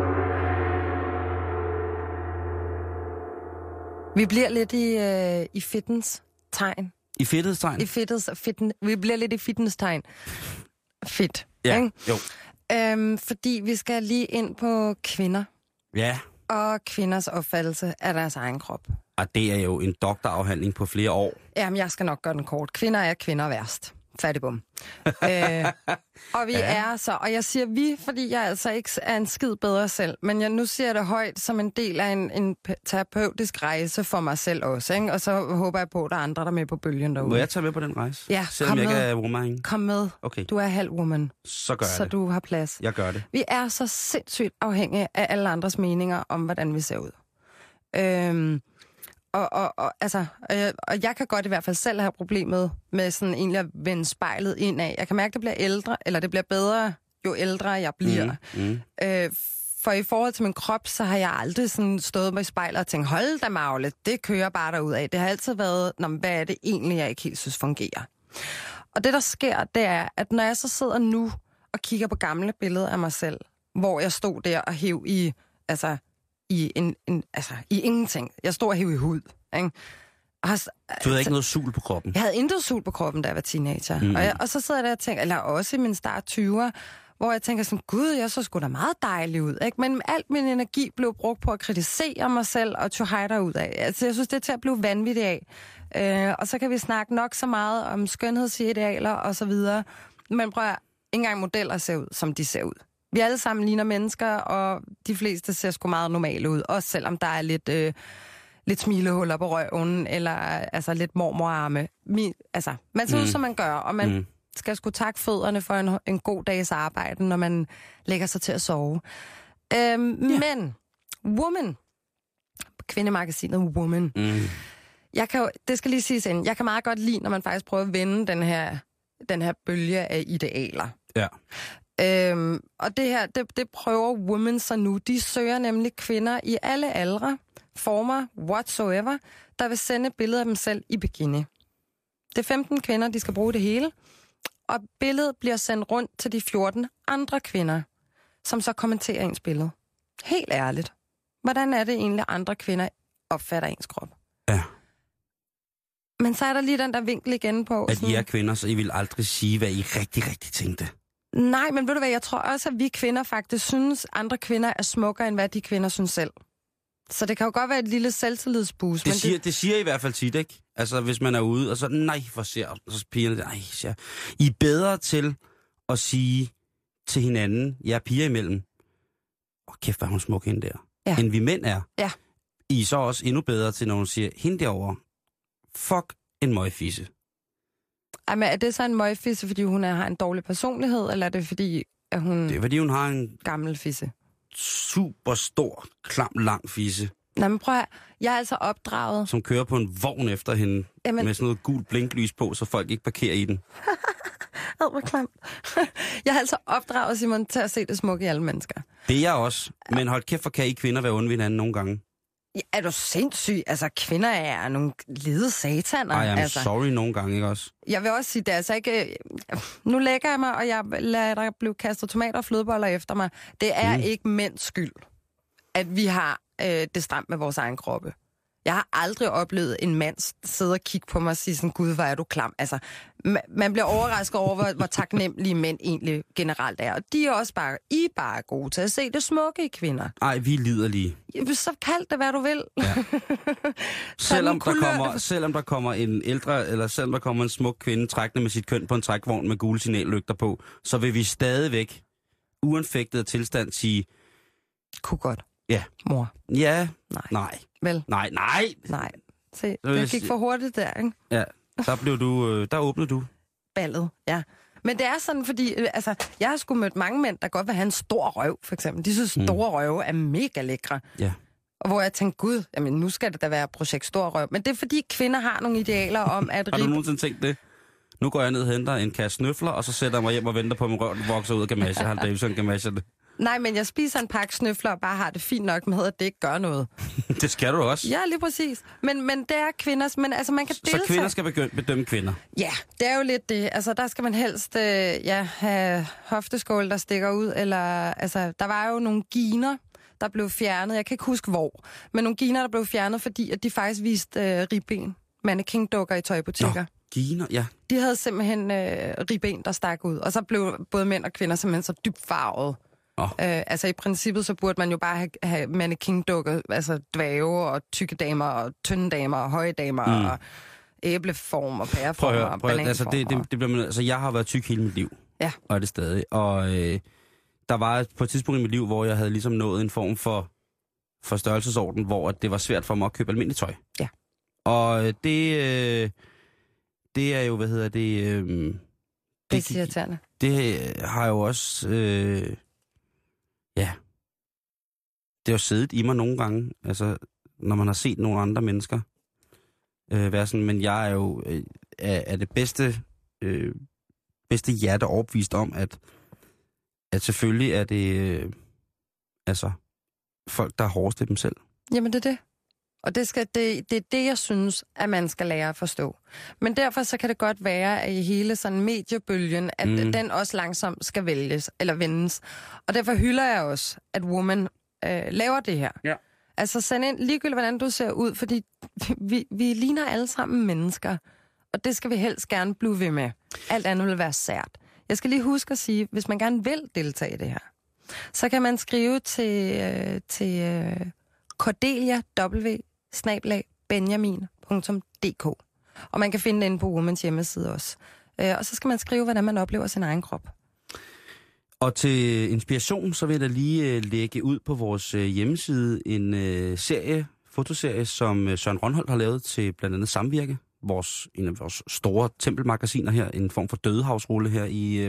Vi bliver lidt i fitness tegn. I fedtets tegn? Vi bliver lidt i fitness tegn. Fedt. Ja, ikke? Jo. Fordi vi skal lige ind på kvinder. Ja. Og kvinders opfattelse af deres egen krop. Og det er jo en doktorafhandling på flere år. Jamen, jeg skal nok gøre den kort. Kvinder er kvinder værst. Færdigbom. Og vi er så, og jeg siger vi, fordi jeg altså ikke er en skid bedre selv, men nu siger jeg det højt som en del af en terapeutisk rejse for mig selv også, ikke? Og så håber jeg på, at der er andre, der er med på bølgen derude. Må jeg tage med på den rejse? Ja, selvom jeg ikke er woman? Kom med. Okay. Du er halv woman. Så gør jeg så det. Så du har plads. Jeg gør det. Vi er så sindssygt afhængige af alle andres meninger om, hvordan vi ser ud. Og jeg kan godt i hvert fald selv have problemet med sådan egentlig at vende spejlet indad. Jeg kan mærke, at det bliver ældre, eller det bliver bedre, jo ældre jeg bliver. For i forhold til min krop, så har jeg aldrig sådan stået med i spejlet og tænkt, hold da Magle, det kører bare derudad. Det har altid været, hvad er det egentlig, jeg ikke helt synes fungerer. Og det, der sker, det er, at når jeg så sidder nu og kigger på gamle billeder af mig selv, hvor jeg stod der og hev i ingenting. Jeg stod og hev i hud, ikke? Du havde ikke noget sul på kroppen? Jeg havde intet sul på kroppen, da jeg var teenager. Og så sidder jeg der og tænker, eller også i min start 20'er, hvor jeg tænker sådan, gud, jeg så sgu da meget dejlig ud, ikke? Men alt min energi blev brugt på at kritisere mig selv og to hejder ud af. Altså, jeg synes, det er til at blive vanvittigt af. Og så kan vi snakke nok så meget om skønhedsidealer og så videre. Men prøv at, ikke engang modeller ser ud, som de ser ud. Vi alle sammen ligner mennesker, og de fleste ser sgu meget normale ud. Også selvom der er lidt smilehuller på røven, eller altså lidt mormorarme. Man ser ud, som man gør, og man skal sgu takke fødderne for en god dags arbejde, når man lægger sig til at sove. Men, Woman, kvindemagasinet Woman, det skal lige siges ind, jeg kan meget godt lide, når man faktisk prøver at vende den her bølge af idealer. Ja. Og det her, det prøver Women så nu. De søger nemlig kvinder i alle aldre, former, whatsoever, der vil sende billeder af dem selv i bikini. Det er 15 kvinder, de skal bruge det hele, og billedet bliver sendt rundt til de 14 andre kvinder, som så kommenterer ens billede. Helt ærligt. Hvordan er det egentlig, andre kvinder opfatter ens krop? Ja. Men så er der lige den der vinkel igen på. At I er kvinder, så I vil aldrig sige, hvad I rigtig tænkte. Nej, men ved du hvad, jeg tror også, at vi kvinder faktisk synes, andre kvinder er smukkere, end hvad de kvinder synes selv. Så det kan jo godt være et lille selvtillidsboost. Det siger I hvert fald tit, ikke? Altså, hvis man er ude, og så, nej, hvor ser og så pigerne, nej, ser. I er bedre til at sige til hinanden, jeg er piger imellem, kæft, hvor er hun smuk hende der, end vi mænd er. Ja. I er så også endnu bedre til, når hun siger, hende derovre, fuck en møgfisse. Men er det så en møgfisse, fordi hun har en dårlig personlighed, eller er det fordi, at hun... Det er fordi, hun har en... gammel fisse. Super stor, klam, lang fisse. Nå, men prøv at, jeg er altså opdraget... Som kører på en vogn efter hende, med sådan noget gult blinklys på, så folk ikke parkerer i den. Hvor klamt. Jeg er altså opdraget, Simon, til at se det smukke i alle mennesker. Det er jeg også. Men hold kæft, for kan I kvinder være onde ved hinanden nogle gange? Ja, er du sindssyg? Altså, kvinder er nogle lede sataner. Ej, sorry nogle gange, ikke også? Jeg vil også sige, det er altså ikke... Nu lægger jeg mig, og jeg lader der blive kastet tomater og flødeboller efter mig. Det er ikke mænds skyld, at vi har det stramt med vores egen kroppe. Jeg har aldrig oplevet en mand sidde og kigge på mig og sige sådan, gud, hvor er du klam. Altså, man bliver overrasket over, hvor taknemmelige mænd egentlig generelt er. Og de er også bare gode til at se det smukke i kvinder. Ej, vi er liderlige. Så kald det, hvad du vil. Ja. selvom der kommer en ældre, eller selvom der kommer en smuk kvinde trækkende med sit køn på en trækvogn med gule signallygter på, så vil vi stadigvæk, uanfægtet tilstand, sige... Kunne godt. Ja. Mor. Ja. Nej. Vel? Nej. Nej. Se, det gik for hurtigt der, ikke? Ja, der åbnede du. Ballet, ja. Men det er sådan, fordi altså, jeg har sgu mødt mange mænd, der godt vil have en stor røv, for eksempel. De synes, store røve er mega lækre. Ja. Og hvor jeg tænkte, gud, jamen, nu skal det da være projekt stor røv. Men det er fordi, kvinder har nogle idealer om, at... Har du nogensinde tænkt det? Nu går jeg ned og henter en kasse snøfler, og så sætter jeg mig hjem og venter på, at min røv vokser ud af gamasje. Har Davidson gamasje det? Nej, men jeg spiser en pakke snøfler og bare har det fint nok med, at det ikke gør noget. Det skal du også. Ja, lige præcis. Men det er kvinders... Men altså, man kan deltage... Så kvinder skal bedømme kvinder? Ja, det er jo lidt det. Altså, der skal man helst have hofteskål, der stikker ud. Eller, altså, der var jo nogle giner, der blev fjernet. Jeg kan ikke huske hvor. Men nogle giner, der blev fjernet, fordi at de faktisk viste ribben. Mannequin-dukker i tøjbutikker. Nå, giner, ja. De havde simpelthen ribben, der stak ud. Og så blev både mænd og kvinder simpelthen så dybt farvet. Altså i princippet, så burde man jo bare have mannequin-dukker, altså dvæve og tykke damer og tynde damer og høje damer og æbleform og pæreform og bananform. Altså det bliver man, altså jeg har været tyk hele mit liv. Ja. Og er det stadig. Og der var på et tidspunkt i mit liv, hvor jeg havde ligesom nået en form for størrelsesorden, hvor det var svært for mig at købe almindeligt tøj. Ja. Og det er jo, hvad hedder det... det er irriterende. Det har jo også... ja. Det har jo siddet i mig nogle gange, altså når man har set nogle andre mennesker være sådan, men jeg er jo er det bedste hjerte overbevist om, at selvfølgelig er det altså folk, der er hårdest ved dem selv. Jamen det er det. Og det er det, jeg synes, at man skal lære at forstå. Men derfor så kan det godt være, at i hele sådan mediebølgen, at den også langsomt skal vælges eller vendes. Og derfor hylder jeg også, at Woman laver det her. Ja. Altså send ind ligegyldigt, hvordan du ser ud, fordi vi ligner alle sammen mennesker. Og det skal vi helst gerne blive ved med. Alt andet vil være sært. Jeg skal lige huske at sige, hvis man gerne vil deltage i det her, så kan man skrive til Cordelia w@benjamin.dk. Og man kan finde det inde på Womans hjemmeside også. Og så skal man skrive, hvordan man oplever sin egen krop. Og til inspiration, så vil jeg da lige lægge ud på vores hjemmeside en fotoserie, som Søren Rønholdt har lavet til blandt andet Samvirke. En af vores store tempelmagasiner her, en form for dødehavsrulle her i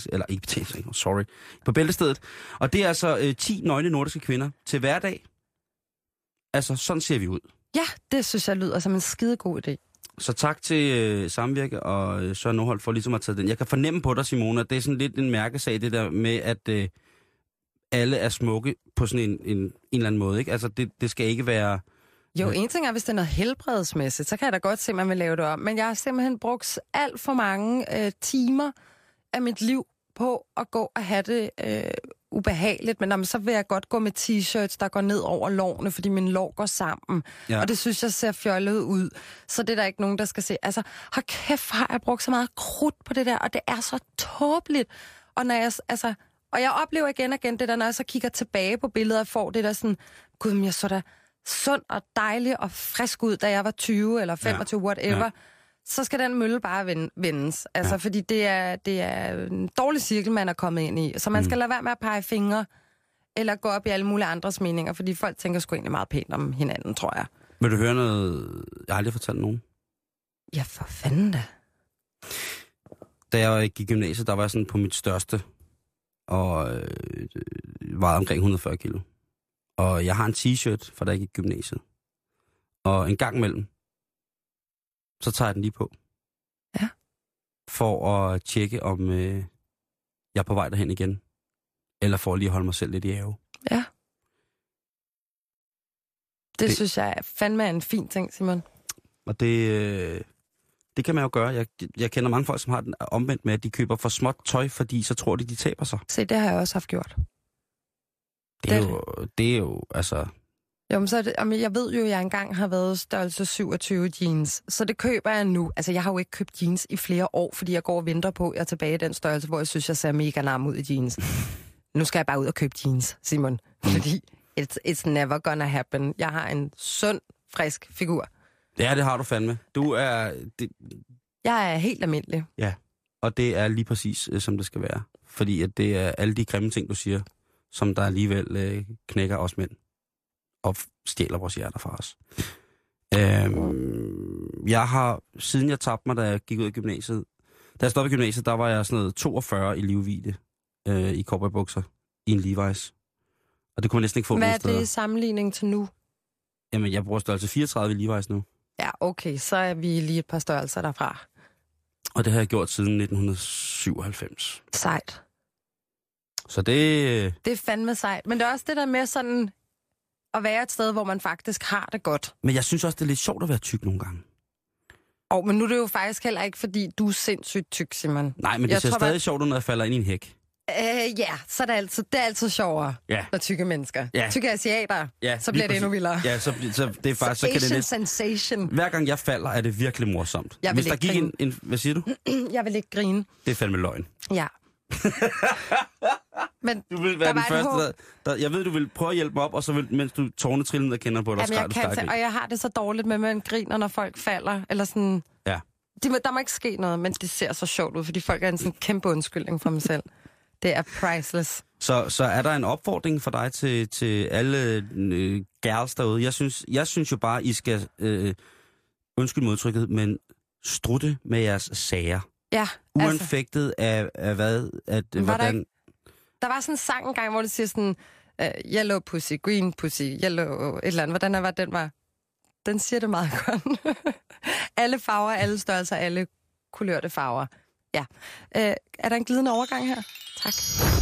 på Bæltestedet. Og det er altså 10 nøgne nordiske kvinder til hverdag. Altså, sådan ser vi ud. Ja, det synes jeg lyder som en skidegod idé. Så tak til Samvirke og Søren Rønholdt for ligesom at tage den. Jeg kan fornemme på dig, Simone, at det er sådan lidt en mærkesag, det der med, at alle er smukke på sådan en eller anden måde, ikke? Altså, det skal ikke være... Jo, en ting er, hvis det er noget helbredsmæssigt, så kan jeg da godt se, at man vil lave det om. Men jeg har simpelthen brugt alt for mange timer af mit liv på at gå og have det ubehageligt. Men så vil jeg godt gå med t-shirts, der går ned over lårene, fordi min lår går sammen. Ja. Og det synes jeg ser fjollet ud. Så det er der ikke nogen, der skal se. Altså, hold kæft, har jeg brugt så meget krudt på det der, og det er så tåbeligt. Og og jeg oplever igen og igen det der, når jeg så kigger tilbage på billeder og får det der sådan, gud, men jeg så da sund og dejlig og frisk ud, da jeg var 20 eller 25, whatever, så skal den mølle bare vendes. Altså, fordi det er en dårlig cirkel, man er kommet ind i. Så man skal lade være med at pege fingre, eller gå op i alle mulige andres meninger, fordi folk tænker sgu egentlig meget pænt om hinanden, tror jeg. Vil du høre noget, jeg har aldrig fortalt nogen? Ja, for fanden da. Da jeg gik i gymnasiet, der var jeg sådan på mit største, og vejede omkring 140 kilo. Og jeg har en t-shirt, fra da jeg gik i gymnasiet. Og en gang imellem, så tager jeg den lige på. Ja. For at tjekke, om jeg er på vej derhen igen. Eller for at lige holde mig selv lidt i ave. Ja. Det synes jeg fandme er en fin ting, Simon. Og det kan man jo gøre. Jeg kender mange folk, som har den omvendt med, at de køber for småt tøj, fordi så tror de taber sig. Se, det har jeg også haft gjort. Det er jo, altså... Jo, men så er det, jeg ved jo, at jeg engang har været størrelse 27 jeans, så det køber jeg nu. Altså, jeg har jo ikke købt jeans i flere år, fordi jeg går og venter på, at jeg er tilbage i den størrelse, hvor jeg synes, jeg ser mega nam ud i jeans. Nu skal jeg bare ud og købe jeans, Simon, fordi it's never gonna happen. Jeg har en sund, frisk figur. Ja, det har du fandme. Jeg er helt almindelig. Ja, og det er lige præcis, som det skal være. Fordi at det er alle de grimme ting, du siger, som der alligevel knækker os mænd og stjæler vores hjerter fra os. Jeg har, siden jeg tabte mig, da jeg gik ud af gymnasiet, da jeg stoppede i gymnasiet, der var jeg sådan noget 42 i livvidde i cowboybukser i en Levi's. Og det kunne man næsten ikke få nogen steder. Hvad er det i sammenligning til nu? Jamen, jeg bruger størrelse 34 i Levi's nu. Ja, okay, så er vi lige et par størrelser derfra. Og det har jeg gjort siden 1997. Sejt. Så det... Det er fandme sejt. Men det er også det der med sådan at være et sted, hvor man faktisk har det godt. Men jeg synes også, det er lidt sjovt at være tyk nogle gange. Men nu er det jo faktisk heller ikke, fordi du er sindssygt tyk, Simon. Nej, men det ser stadig sjovt ud, når jeg falder ind i en hæk. Ja, så er det er altid sjovere, når tykke mennesker. Ja. Tykke asiater, så bliver det endnu vildere. Ja, så det er faktisk... så kan det lidt... sensation. Hver gang jeg falder, er det virkelig morsomt. Hvis der gik en... Hvad siger du? Jeg vil ikke grine. Det er fandme løgn. Ja. Men du vil være den første, der... Jeg ved, du vil prøve at hjælpe mig op, og så vil, mens du tårnetrillende og kender på dig, og jeg har det så dårligt med, at man griner, når folk falder. Eller sådan... Ja. Der må ikke ske noget, men det ser så sjovt ud, fordi folk er en sådan kæmpe undskyldning for mig selv. Det er priceless. Så er der en opfordring for dig til alle girls derude? Jeg synes jo bare, I skal, undskyld modtrykket, men strutte med jeres sager. Ja. Uanfægtet af hvad? Hvordan... Der var sådan en sang engang, hvor det siger sådan, yellow pussy, green pussy, yellow, et eller andet. Hvordan var den var? Den siger det meget godt. Alle farver, alle størrelser, alle kulørte farver. Ja. Er der en glidende overgang her? Tak.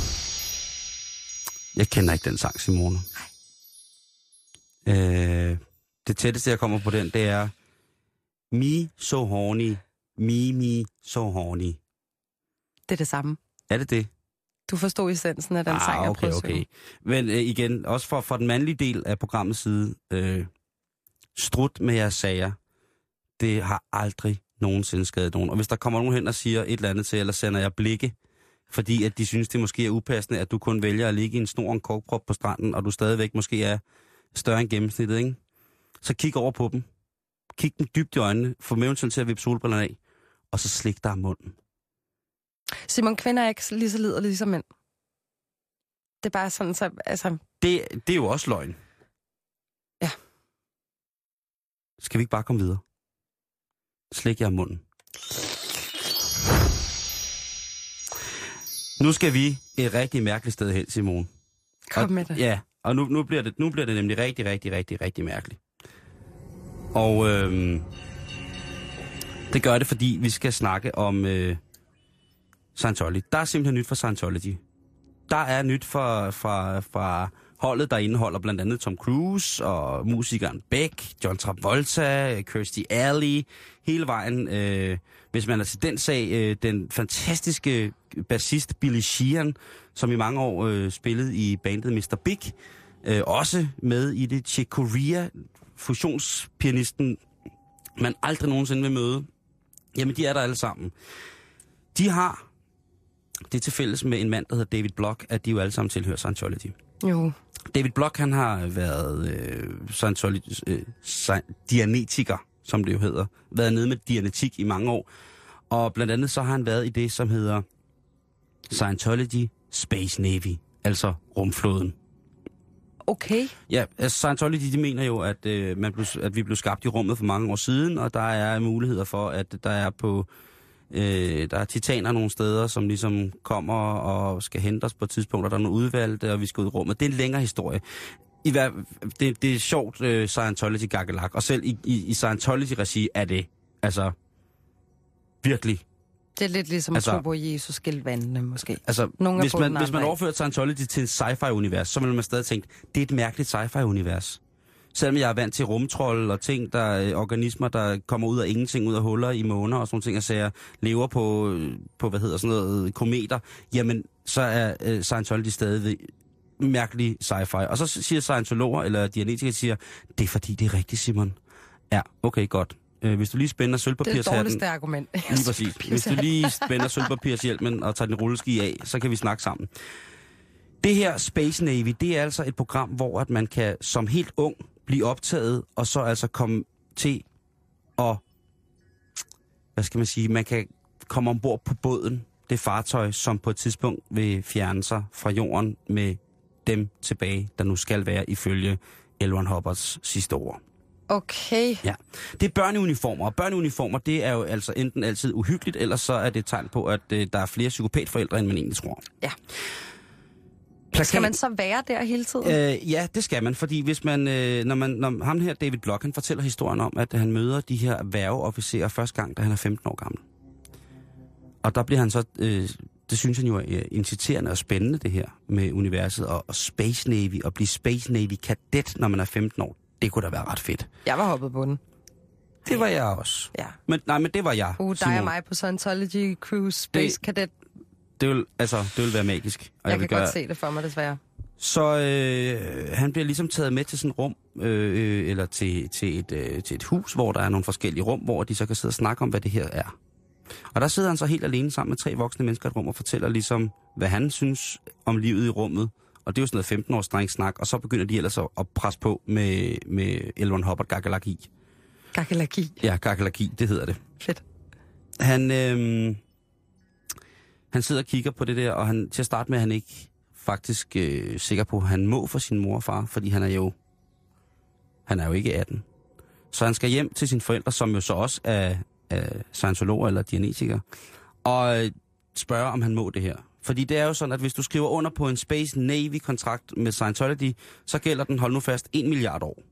Jeg kender ikke den sang, Simone. Nej. Det tætteste, jeg kommer på den, det er Me so horny, me so horny. Det er det samme. Er det det? Du forstod essensen af den sang, jeg prøvede at synge. Men igen, også for den mandlige del af programmets side, strut med jeres sager, det har aldrig nogensinde skadet nogen. Og hvis der kommer nogen hen og siger et eller andet til, eller sender jeg blikke, fordi at de synes, det måske er upassende, at du kun vælger at ligge i en snor og en korkprop på stranden, og du stadigvæk måske er større end gennemsnittet, ikke? Så kig over på dem. Kig dem dybt i øjnene, få med eventuelt til at vippe solbrillerne af, og så slik dig om munden. Simon, kvinder er ikke lige så liderlige som mænd. Det er bare sådan, så... Altså... Det er jo også løgn. Ja. Skal vi ikke bare komme videre? Slik jer om munden. Nu skal vi et rigtig mærkeligt sted hen, Simone. Kom med det. Ja, og nu bliver det nemlig rigtig mærkeligt. Og det gør det, fordi vi skal snakke om Scientology. Der er simpelthen nyt fra Scientology. Der er nyt fra holdet, der indeholder blandt andet Tom Cruise og musikeren Beck, John Travolta, Kirstie Alley, hele vejen. Hvis man er til den sag, den fantastiske bassist Billy Sheehan, som i mange år spillede i bandet Mr. Big, også med i det Chick Corea, fusionspianisten, man aldrig nogensinde vil møde. Jamen, de er der alle sammen. De har det til fælles med en mand, der hedder David Block, at de jo alle sammen tilhører Scientology. Jo. David Block, han har været dianetiker, som det jo hedder. Været nede med dianetik i mange år. Og blandt andet så har han været i det, som hedder Scientology Space Navy, altså rumflåden. Okay. Ja, altså Scientology, de mener jo, at vi blev skabt i rummet for mange år siden, og der er muligheder for, at der er titaner nogle steder, som ligesom kommer og skal hente os på et tidspunkt, og der er nogle udvalgte, og vi skal ud i rummet. Det er en længere historie. Det er sjovt, Scientology-gakkelak, og selv i Scientology-regi er det altså virkelig. Det er lidt ligesom at tro på Jesus skildvandene, måske. Altså, hvis man overfører Scientology til en sci-fi-univers, så vil man stadig tænke, det er et mærkeligt sci-fi-univers. Selvom jeg er vant til rumtrold og ting, organismer, der kommer ud af ingenting, ud af huller i måner og sådan nogle ting, og siger, lever på kometer, jamen, så er Scientology stadig mærkelig sci-fi. Og så siger scientologer, eller dianetikere, siger, det er fordi, det er rigtigt, Simon. Ja, okay, godt. Hvis du lige spænder sølvpapirshatten... Det er det dårligste argument. Lige præcis. Hvis du lige spænder sølvpapirshjelmen og tager din rulleski af, så kan vi snakke sammen. Det her Space Navy, det er altså et program, hvor at man kan som helt ung blive optaget, og så altså komme til at... Hvad skal man sige? Man kan komme ombord på båden, det fartøj, som på et tidspunkt vil fjerne sig fra jorden med dem tilbage, der nu skal være ifølge L. Ron Hubbards sidste ord. Okay. Ja. Det er børneuniformer, og børneuniformer, det er jo altså enten altid uhyggeligt, eller så er det et tegn på, at der er flere psykopatforældre, end man egentlig tror. Ja. Skal man så være der hele tiden? Ja, det skal man, fordi hvis man, når ham her, David Block, han fortæller historien om, at han møder de her værgeofficerer første gang, da han er 15 år gammel. Og der bliver han så, det synes han jo er inciterende og spændende, det her med universet og Space Navy, og blive Space Navy kadet, når man er 15 år. Det kunne da være ret fedt. Jeg var hoppet på den. Det var jeg også. Ja. Men det var jeg. Dig og mig på Scientology Cruise Space Cadet. Det vil være magisk. Og jeg kan godt se det for mig, desværre. Så han bliver ligesom taget med til sådan et rum, eller til et hus, hvor der er nogle forskellige rum, hvor de så kan sidde og snakke om, hvad det her er. Og der sidder han så helt alene sammen med 3 voksne mennesker i et rum og fortæller ligesom, hvad han synes om livet i rummet. Og det er jo sådan noget 15-års drengsnak, og så begynder de ellers at presse på med L. Hubbard Gagalagi. Gagalagi? Ja, Gagalagi, det hedder det. Fedt. Han sidder og kigger på det der, og til at starte med, han ikke faktisk sikker på, at han må for sin mor og far, fordi han er jo ikke 18. Så han skal hjem til sine forældre, som jo så også er scientologer eller dianetikere, og spørge, om han må det her. Fordi det er jo sådan, at hvis du skriver under på en Space Navy-kontrakt med Scientology, så gælder den, hold nu fast, 1 milliard år.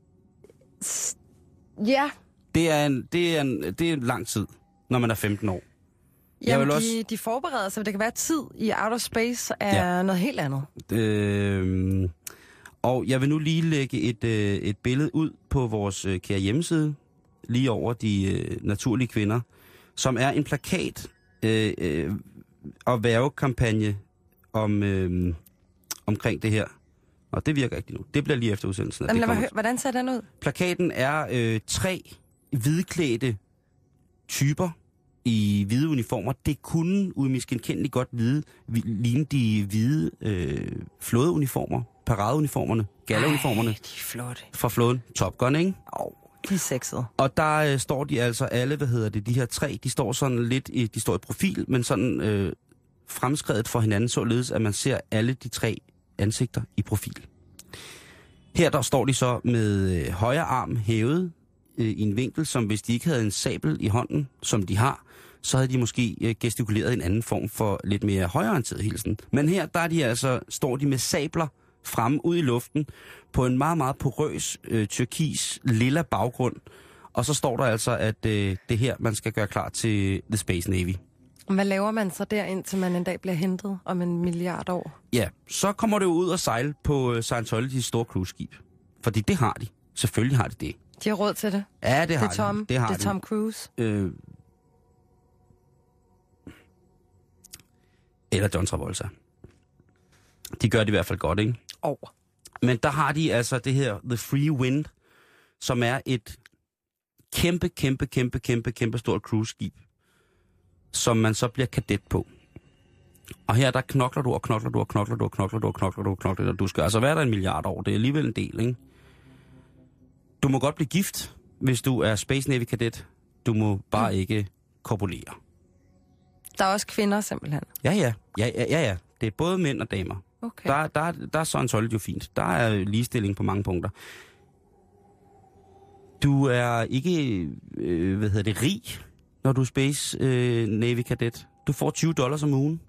Ja. Det er en lang tid, når man er 15 år. Jamen, de forbereder sig, det kan være tid i outer space er noget helt andet. Og jeg vil nu lige lægge et billede ud på vores kære hjemmeside, lige over de naturlige kvinder, som er en plakat og værvekampagne omkring det her. Og det virker ikke nu. Det bliver lige efter udsendelsen. Hvordan ser den ud? Plakaten er 3 hvidklædte typer i hvide uniformer. Det kunne umiskendeligt godt ligne de hvide flådeuniformer, paradeuniformerne, galleuniformerne. De er flotte. Fra flåden. Top Gun, ikke? De er sexede. Og der står de altså alle, de her 3, de står sådan lidt de står i profil, men sådan fremskredet for hinanden, således at man ser alle de 3 ansigter i profil. Her der står de så med højre arm hævet i en vinkel, som hvis de ikke havde en sabel i hånden, som de har, så havde de måske gestikuleret en anden form for lidt mere højreorienteret hilsen. Men her der står de med sabler fremme ud i luften på en meget, meget porøs turkis lilla baggrund. Og så står der altså, at det her, man skal gøre klar til The Space Navy. Hvad laver man så der, indtil man en dag bliver hentet om 1 milliard år? Ja, så kommer det jo ud og sejle på Scientology's store cruiseskib. Fordi det har de. Selvfølgelig har de det. De har råd til det? Ja, det har de. Det er Tom Cruise? Eller John Travolta. De gør det i hvert fald godt, ikke? Men der har de altså det her The Free Wind, som er et kæmpe stort cruiseskib, som man så bliver kadet på. Og her der knokler du, og du skal altså være der 1 milliard år. Det er alligevel en del, ikke? Du må godt blive gift, hvis du er Space Navy kadet. Du må bare ikke korpulere. Der er også kvinder, simpelthen? Ja. Det er både mænd og damer. Okay. Der er Scientology jo fint. Der er ligestilling på mange punkter. Du er ikke, rig, når du er Space Navy kadet. Du får $20 om ugen.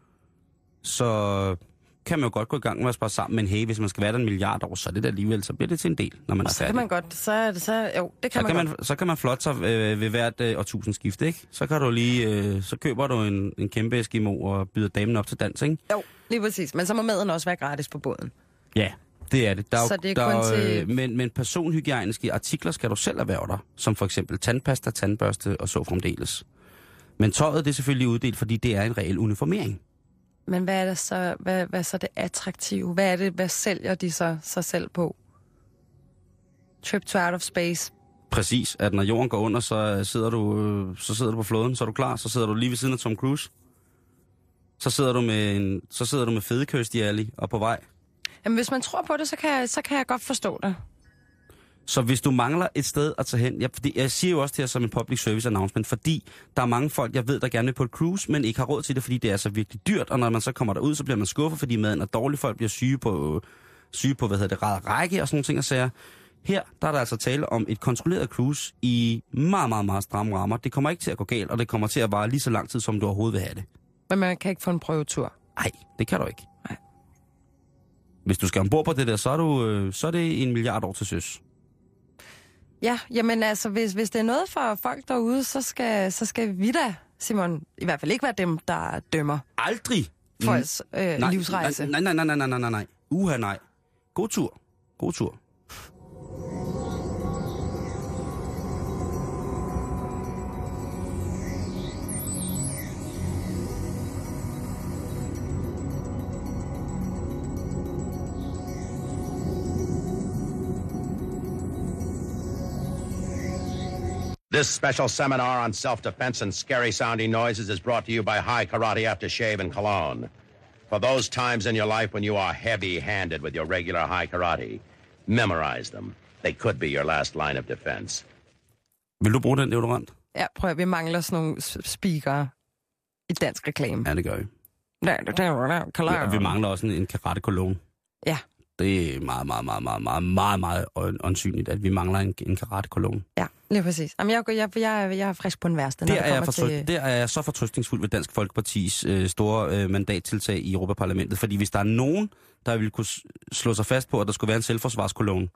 Så kan man jo godt gå i gang med at spare sammen. Men hey, hvis man skal være der 1 milliard år, så er det der alligevel, så bliver det til en del, når man er færdig. Så kan man godt, så kan man flotte sig ved hvert årtusindskift, ikke? Så kan du lige, så køber du en kæmpe Eskimo og byder damen op til dans, ikke? Jo, lige præcis. Men så må maden også være gratis på båden. Ja, det er det. Så det er kun til... Men personhygiejniske artikler skal du selv erhverve dig, som for eksempel tandpasta, tandbørste og så fremdeles. Men tøjet det er selvfølgelig uddelt, fordi det er en reel uniformering. Men hvad er det så, hvad er så det attraktive? Hvad sælger de så sig selv på? Trip to out of space. Præcis, at når jorden går under, så sidder du på flåden, så er du klar, så sidder du lige ved siden af Tom Cruise. Så sidder du med fedekøst i alley og på vej. Jamen hvis man tror på det, så kan jeg godt forstå det. Så hvis du mangler et sted at tage hen, jeg siger jo også det her som en public service announcement, fordi der er mange folk, jeg ved, der gerne vil på et cruise, men ikke har råd til det, fordi det er så virkelig dyrt, og når man så kommer derud, så bliver man skuffet, fordi maden er dårlig, folk bliver syge på række og sådan nogle ting og sager. Her der er der altså tale om et kontrolleret cruise i meget, meget, meget stramme rammer. Det kommer ikke til at gå galt, og det kommer til at vare lige så lang tid, som du overhovedet vil have det. Men man kan ikke få en prøvetur? Nej, det kan du ikke. Nej. Hvis du skal ombord på det der, så er det 1 milliard år til søs. Ja, jamen altså, hvis det er noget for folk derude, så skal vi da, Simon, i hvert fald ikke være dem, der dømmer. Aldrig! Folks livsrejse. Nej. Uha, nej. God tur. God tur. This special seminar on self-defense and scary-sounding noises is brought to you by High Karate Aftershave and Cologne. For those times in your life when you are heavy-handed with your regular High Karate, memorize them. They could be your last line of defense. Vil du bruge den deodorant? Ja, prøv at vi mangler sådan nogle speakere i dansk reklame. Ja, det gør vi. Ja, vi mangler også en karate cologne. Ja. Det er meget åndsynligt, at vi mangler en karate cologne. Ja, lige præcis. Jamen, jeg er frisk på den værste, når Der er jeg så fortrøstningsfuld ved Dansk Folkepartis store mandattiltag i Europaparlamentet, fordi hvis der er nogen, der ville kunne slå sig fast på, at der skulle være en selvforsvarskolone,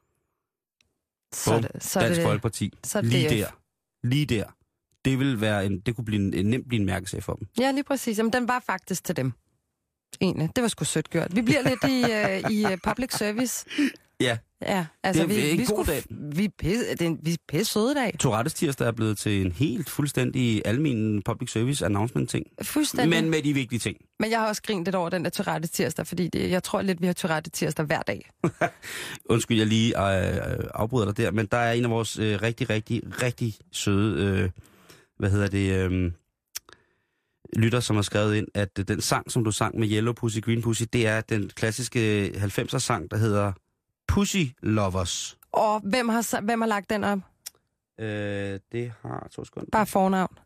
Dansk Folkeparti, lige der, det kunne nemt blive en mærkesag for dem. Ja, lige præcis. Jamen, den var faktisk til dem. Egentlig. Det var sgu sødt gjort. Vi bliver lidt i public service. Ja. Ja, altså det er en god dag. Vi er pisse søde dag. Tourettes tirsdag er blevet til en helt fuldstændig almen public service announcement ting. Fuldstændig. Men med de vigtige ting. Men jeg har også grint lidt over den der Tourettes tirsdag, fordi jeg tror lidt, vi har Tourettes tirsdag hver dag. Undskyld, jeg lige afbryder dig der, men der er en af vores rigtig søde, lytter, som har skrevet ind, at den sang, som du sang med Yellow Pussy, Green Pussy, det er den klassiske 90'er sang, der hedder Pussy Lovers. Og hvem har lagt den op? Det har 2 sekunder. Bare fornavn.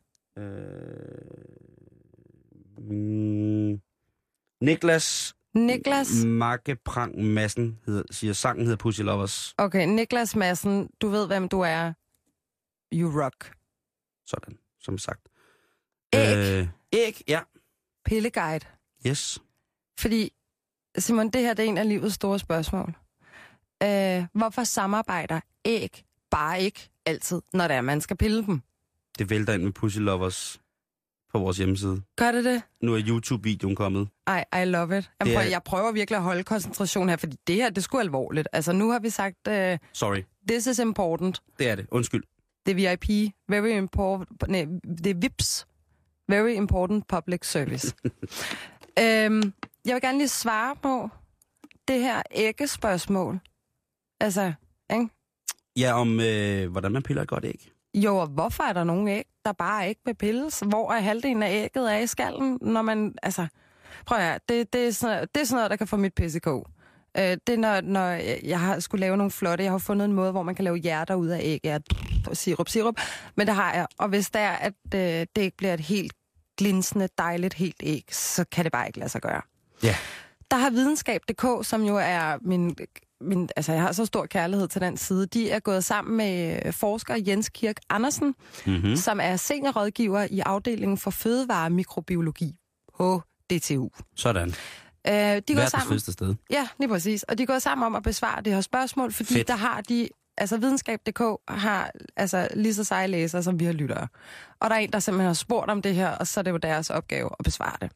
Niklas Markeprang Madsen siger, sangen hedder Pussy Lovers. Okay, Niklas Madsen, du ved, hvem du er. You rock. Sådan, som sagt. Æg, ja. Pilleguide. Yes. Fordi, Simon, det her det er en af livets store spørgsmål. Hvorfor samarbejder æg bare ikke altid, når det er, man skal pille dem? Det vælter ind med Pussy Lovers på vores hjemmeside. Gør det? Nu er YouTube-videoen kommet. I love it. Jeg prøver virkelig at holde koncentration her, fordi det her, det er sgu alvorligt. Altså, nu har vi sagt... Sorry. This is important. Det er det. Undskyld. Det er VIP. Very important... Nej, det er VIPs. Very important public service. Jeg vil gerne lige svare på det her æggespørgsmål. Altså, ikke? Ja, om hvordan man piller et godt æg. Jo, og hvorfor er der nogle æg, der bare ikke vil pilles? Hvor er halvdelen af ægget af i skallen, når man... Altså, prøv at det er sådan noget, der kan få mit PCK. Det er, når jeg har skulle lave nogle flotte... Jeg har fundet en måde, hvor man kan lave hjerter ud af æg. Sirup. Men det har jeg. Og hvis det er, at det ikke bliver et helt glinsende, dejligt, helt æg, så kan det bare ikke lade sig gøre. Ja. Der har videnskab.dk, som jo er min, altså jeg har så stor kærlighed til den side, de er gået sammen med forsker Jens Kirk Andersen, som er seniorrådgiver i afdelingen for fødevaremikrobiologi på DTU. Sådan. De går sammen. Verdens sted. Ja, lige præcis. Og de går sammen om at besvare det her spørgsmål, fordi Fedt. Der har de... Altså, videnskab.dk har altså lige så seje læsere, som vi har lyttere. Og der er en, der simpelthen har spurgt om det her, og så er det jo deres opgave at besvare det.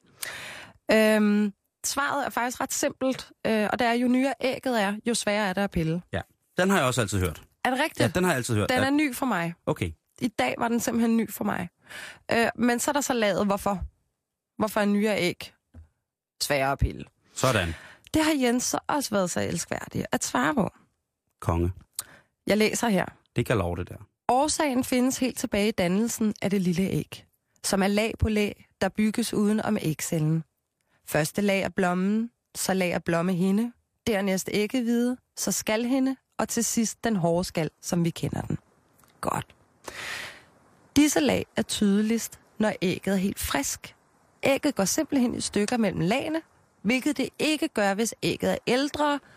Svaret er faktisk ret simpelt, og det er, jo nyere ægget er, jo sværere er det at pille. Ja, den har jeg også altid hørt. Er det rigtigt? Ja, den har jeg altid hørt. Den er ny for mig. Okay. I dag var den simpelthen ny for mig. Men så er der så lavet, hvorfor. Hvorfor er nyere æg sværere at pille? Sådan. Det har Jens også været så elskværdig at svare på. Konge. Jeg læser her. Det kan love det der. Årsagen findes helt tilbage i dannelsen af det lille æg, som er lag på lag, der bygges uden om ægcellen. Første lag er blommen, så lag er blommehinde, dernæst æggehvide, så skalhinde, og til sidst den hårde skal, som vi kender den. Godt. Disse lag er tydeligst, når ægget er helt frisk. Ægget går simpelthen i stykker mellem lagene, hvilket det ikke gør, hvis ægget er ældre,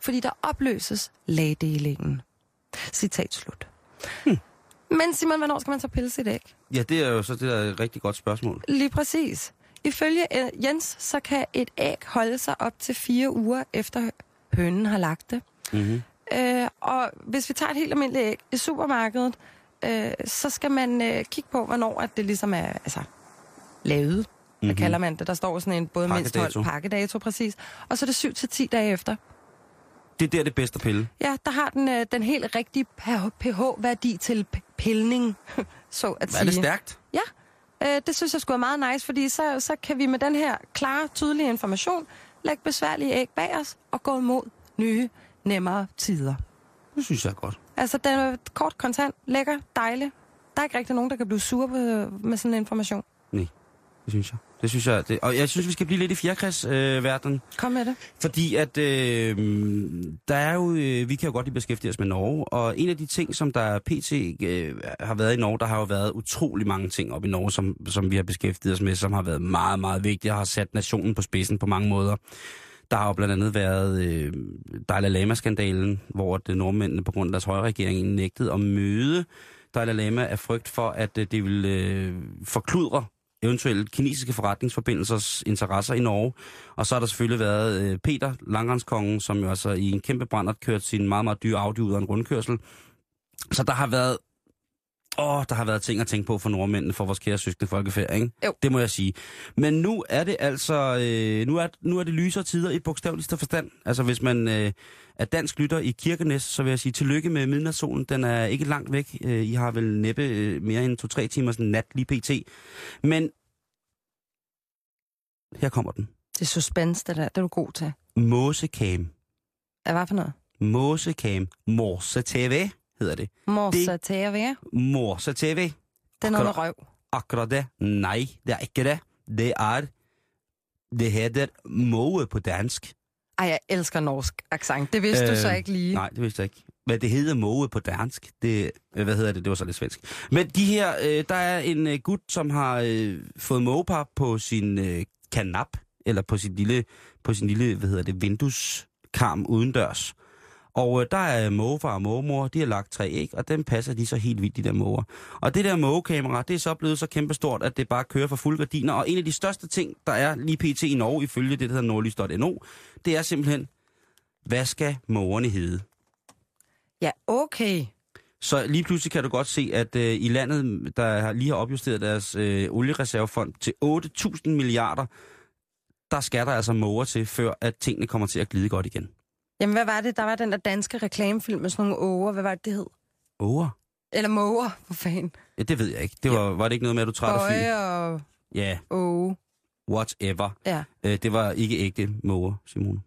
fordi der opløses lagdelingen. Citat slut. Men Simon, hvornår skal man så pille sit æg? Ja, det er jo så det er et rigtig godt spørgsmål. Lige præcis. Ifølge Jens, så kan et æg holde sig op til 4 uger efter hønen har lagt det. Mm-hmm. Og hvis vi tager et helt almindeligt æg i supermarkedet, så skal man kigge på, hvornår at det ligesom er lavet. Hvad kalder man det? Der står sådan en både mindst 12 pakkedato, præcis. Og så er det 7 til 10 dage efter. Det er der det bedste pille. Ja, der har den helt rigtige pH-værdi til pilning, så at sige. Er det stærkt? Ja, det synes jeg skulle er meget nice, fordi så kan vi med den her klare, tydelige information lægge besværlige æg bag os og gå imod nye, nemmere tider. Det synes jeg er godt. Altså, den er kort, kontant, lækker, dejlig. Der er ikke rigtig nogen, der kan blive sure med sådan en information. Nej, det synes jeg. Og jeg synes, vi skal blive lidt i fjerkræsverdenen. Kom med det. Fordi at der er jo, vi kan jo godt lige beskæftige os med Norge, og en af de ting, som der pt. Har været i Norge, der har jo været utrolig mange ting op i Norge, som vi har beskæftiget os med, som har været meget, meget vigtige og har sat nationen på spidsen på mange måder. Der har jo blandt andet været Dalai Lama-skandalen, hvor nordmændene på grund af deres højregering nægtede at møde Dalai Lama af frygt for, at det ville forkludre eventuelt kinesiske forretningsforbindelsers interesser i Norge. Og så har der selvfølgelig været Peter, langrenskongen, som jo altså i en kæmpe brændert kørt sin meget, meget dyre Audi ud af en rundkørsel. Så der har været ting at tænke på for nordmændene, for vores kære søskende folkefærd, ikke? Jo. Det må jeg sige. Men nu er det altså, nu er det lysere tider i bogstaveligste forstand. Altså hvis man er dansk lytter i Kirkenes, så vil jeg sige tillykke med midnatssolen. Den er ikke langt væk. I har vel næppe mere end 2-3 timers nat lige pt. Men her kommer den. Det er suspense, det der. Det er du god til. Måsekam. Hvad for noget? Måsekam. Morse-TV hedder det. Morse-TV? Morse-TV. Det er noget med røv. Akkurat det. Nej, det er ikke det. Det hedder måge på dansk. Ej, jeg elsker norsk accent. Det vidste du så ikke lige. Nej, det vidste jeg ikke. Men det hedder måge på dansk. Det var så lidt svensk. Men de her, der er en gut, som har fået mågepap på sin kanap, eller på sin lille, vindueskarm udendørs. Og der er mågefar og mågemor, de har lagt 3 æg, og dem passer de så helt vildt, de der måger. Og det der mågekamera, det er så blevet så kæmpestort, at det bare kører for fulde gardiner. Og en af de største ting, der er lige pt. I Norge, ifølge det, der hedder nordlys.no, det er simpelthen, hvad skal mågerne hedde? Ja, okay. Så lige pludselig kan du godt se, at i landet, der lige har opjusteret deres oliereservefond til 8.000 milliarder, der skal der altså måger til, før at tingene kommer til at glide godt igen. Jamen, hvad var det? Der var den der danske reklamefilm med sådan nogle åger. Hvad var det hed? Åger? Eller måger, for fanden. Ja, det ved jeg ikke. Var det ikke noget med, at du træder fly? Bøje og... Ja. Åge. Whatever. Ja. Det var ikke ægte måger, Simone.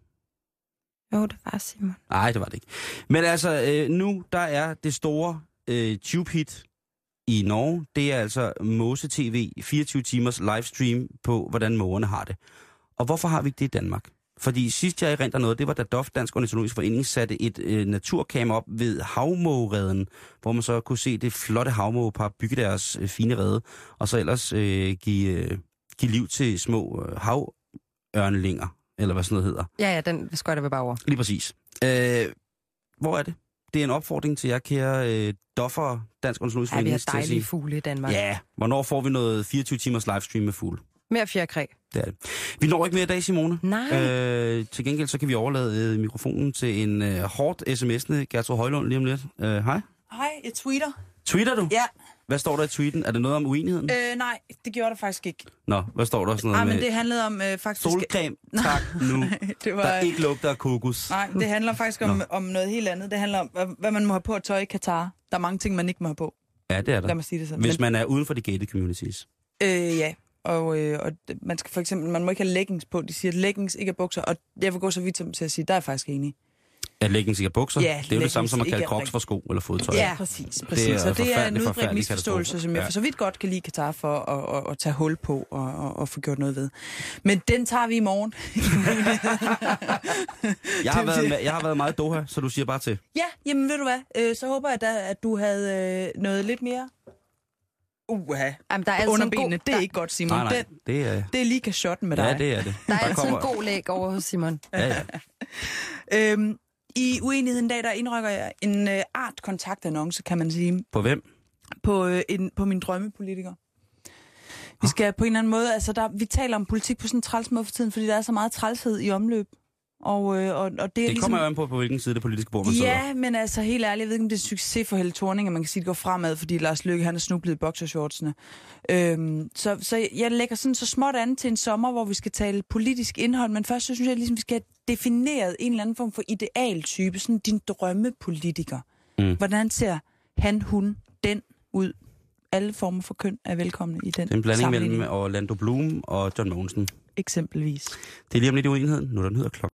Jo, det var Simon. Nej, det var det ikke. Men altså, nu der er det store tube-hit i Norge. Det er altså Måse TV, 24 timers livestream på, hvordan mågerne har det. Og hvorfor har vi ikke det i Danmark? Fordi sidst jeg erindrer noget, det var da DOF, Dansk Ornitologisk Forening, satte et naturkamera op ved havmågereden, hvor man så kunne se det flotte havmågepar bygge deres fine rede, og så ellers give liv til små havørnlinger, eller hvad sådan noget hedder. Ja, den skøjter der ved bare over. Lige præcis. Hvor er det? Det er en opfordring til jer, kære DOF'ere, Dansk Ornitologisk Forening. Ja, vi har dejlige fugle i Danmark. Ja, hvornår får vi noget 24 timers livestream med fugle? Mere fjerkræ. Det er det. Vi når ikke mere i dag, Simone. Nej. Til gengæld så kan vi overlade mikrofonen til en hårdt sms'ende Gertrud Højlund lige om lidt. Hej. Hej, jeg tweeter. Tweeter du? Ja. Hvad står der i tweeten? Er det noget om uenigheden? Nej, det gjorde der faktisk ikke. Nå, hvad står der? Sådan noget men det handlede om faktisk... Solcreme, tak nu. Der ikke lugter af kokos. Nej, det handler faktisk om noget helt andet. Det handler om, hvad man må have på at tøj i Katar. Der er mange ting, man ikke må have på. Ja, det er der. Lad mig sige det sådan. Hvis man er uden for de gated communities. Ja. Og man skal for eksempel, man må ikke have leggings på. De siger, at leggings ikke er bukser, og jeg vil gå så vidt som til at sige, der er jeg faktisk enig. At leggings ikke er bukser? Ja, det er jo det samme som at kalde crocs for sko eller fodtøj. Ja, præcis. Og det er en udbredt misforståelse, som jeg for så vidt godt kan lide Katar for at tage hul på og få gjort noget ved. Men den tager vi i morgen. jeg har været meget Doha, så du siger bare til. Ja, jamen ved du hvad, så håber jeg da, at du havde noget lidt mere... Jamen, der er under benene. Det er ikke godt, Simon. Nej, det er lige kashotten med dig. Ja, det er det. Der er altid en god læg over hos Simon. Ja. I uenigheden i dag, der indrykker jeg en art-kontaktannonce, kan man sige. På hvem? På min drømmepolitiker. Vi skal på en eller anden måde, altså vi taler om politik på sådan en træls måde for tiden, fordi der er så meget trælshed i omløb. Og det er det ligesom... kommer jo an på hvilken side det politiske bord man sidder. Ja, men altså helt ærligt, jeg ved ikke, om det er en succes for Helle Thorning, at man kan sige, at det går fremad, fordi Lars Løkke, han er snublet i boxershortsene. Så jeg lægger sådan så småt an til en sommer, hvor vi skal tale politisk indhold, men først så synes jeg, ligesom, vi skal have defineret en eller anden form for idealtype, sådan din drømmepolitiker. Hvordan ser han, hun, den ud? Alle former for køn er velkomne i den. Det er en blanding mellem Orlando Bloom og John Mogensen. Eksempelvis. Det er lige om lidt i uenigheden. Nu er der nyheder klokken.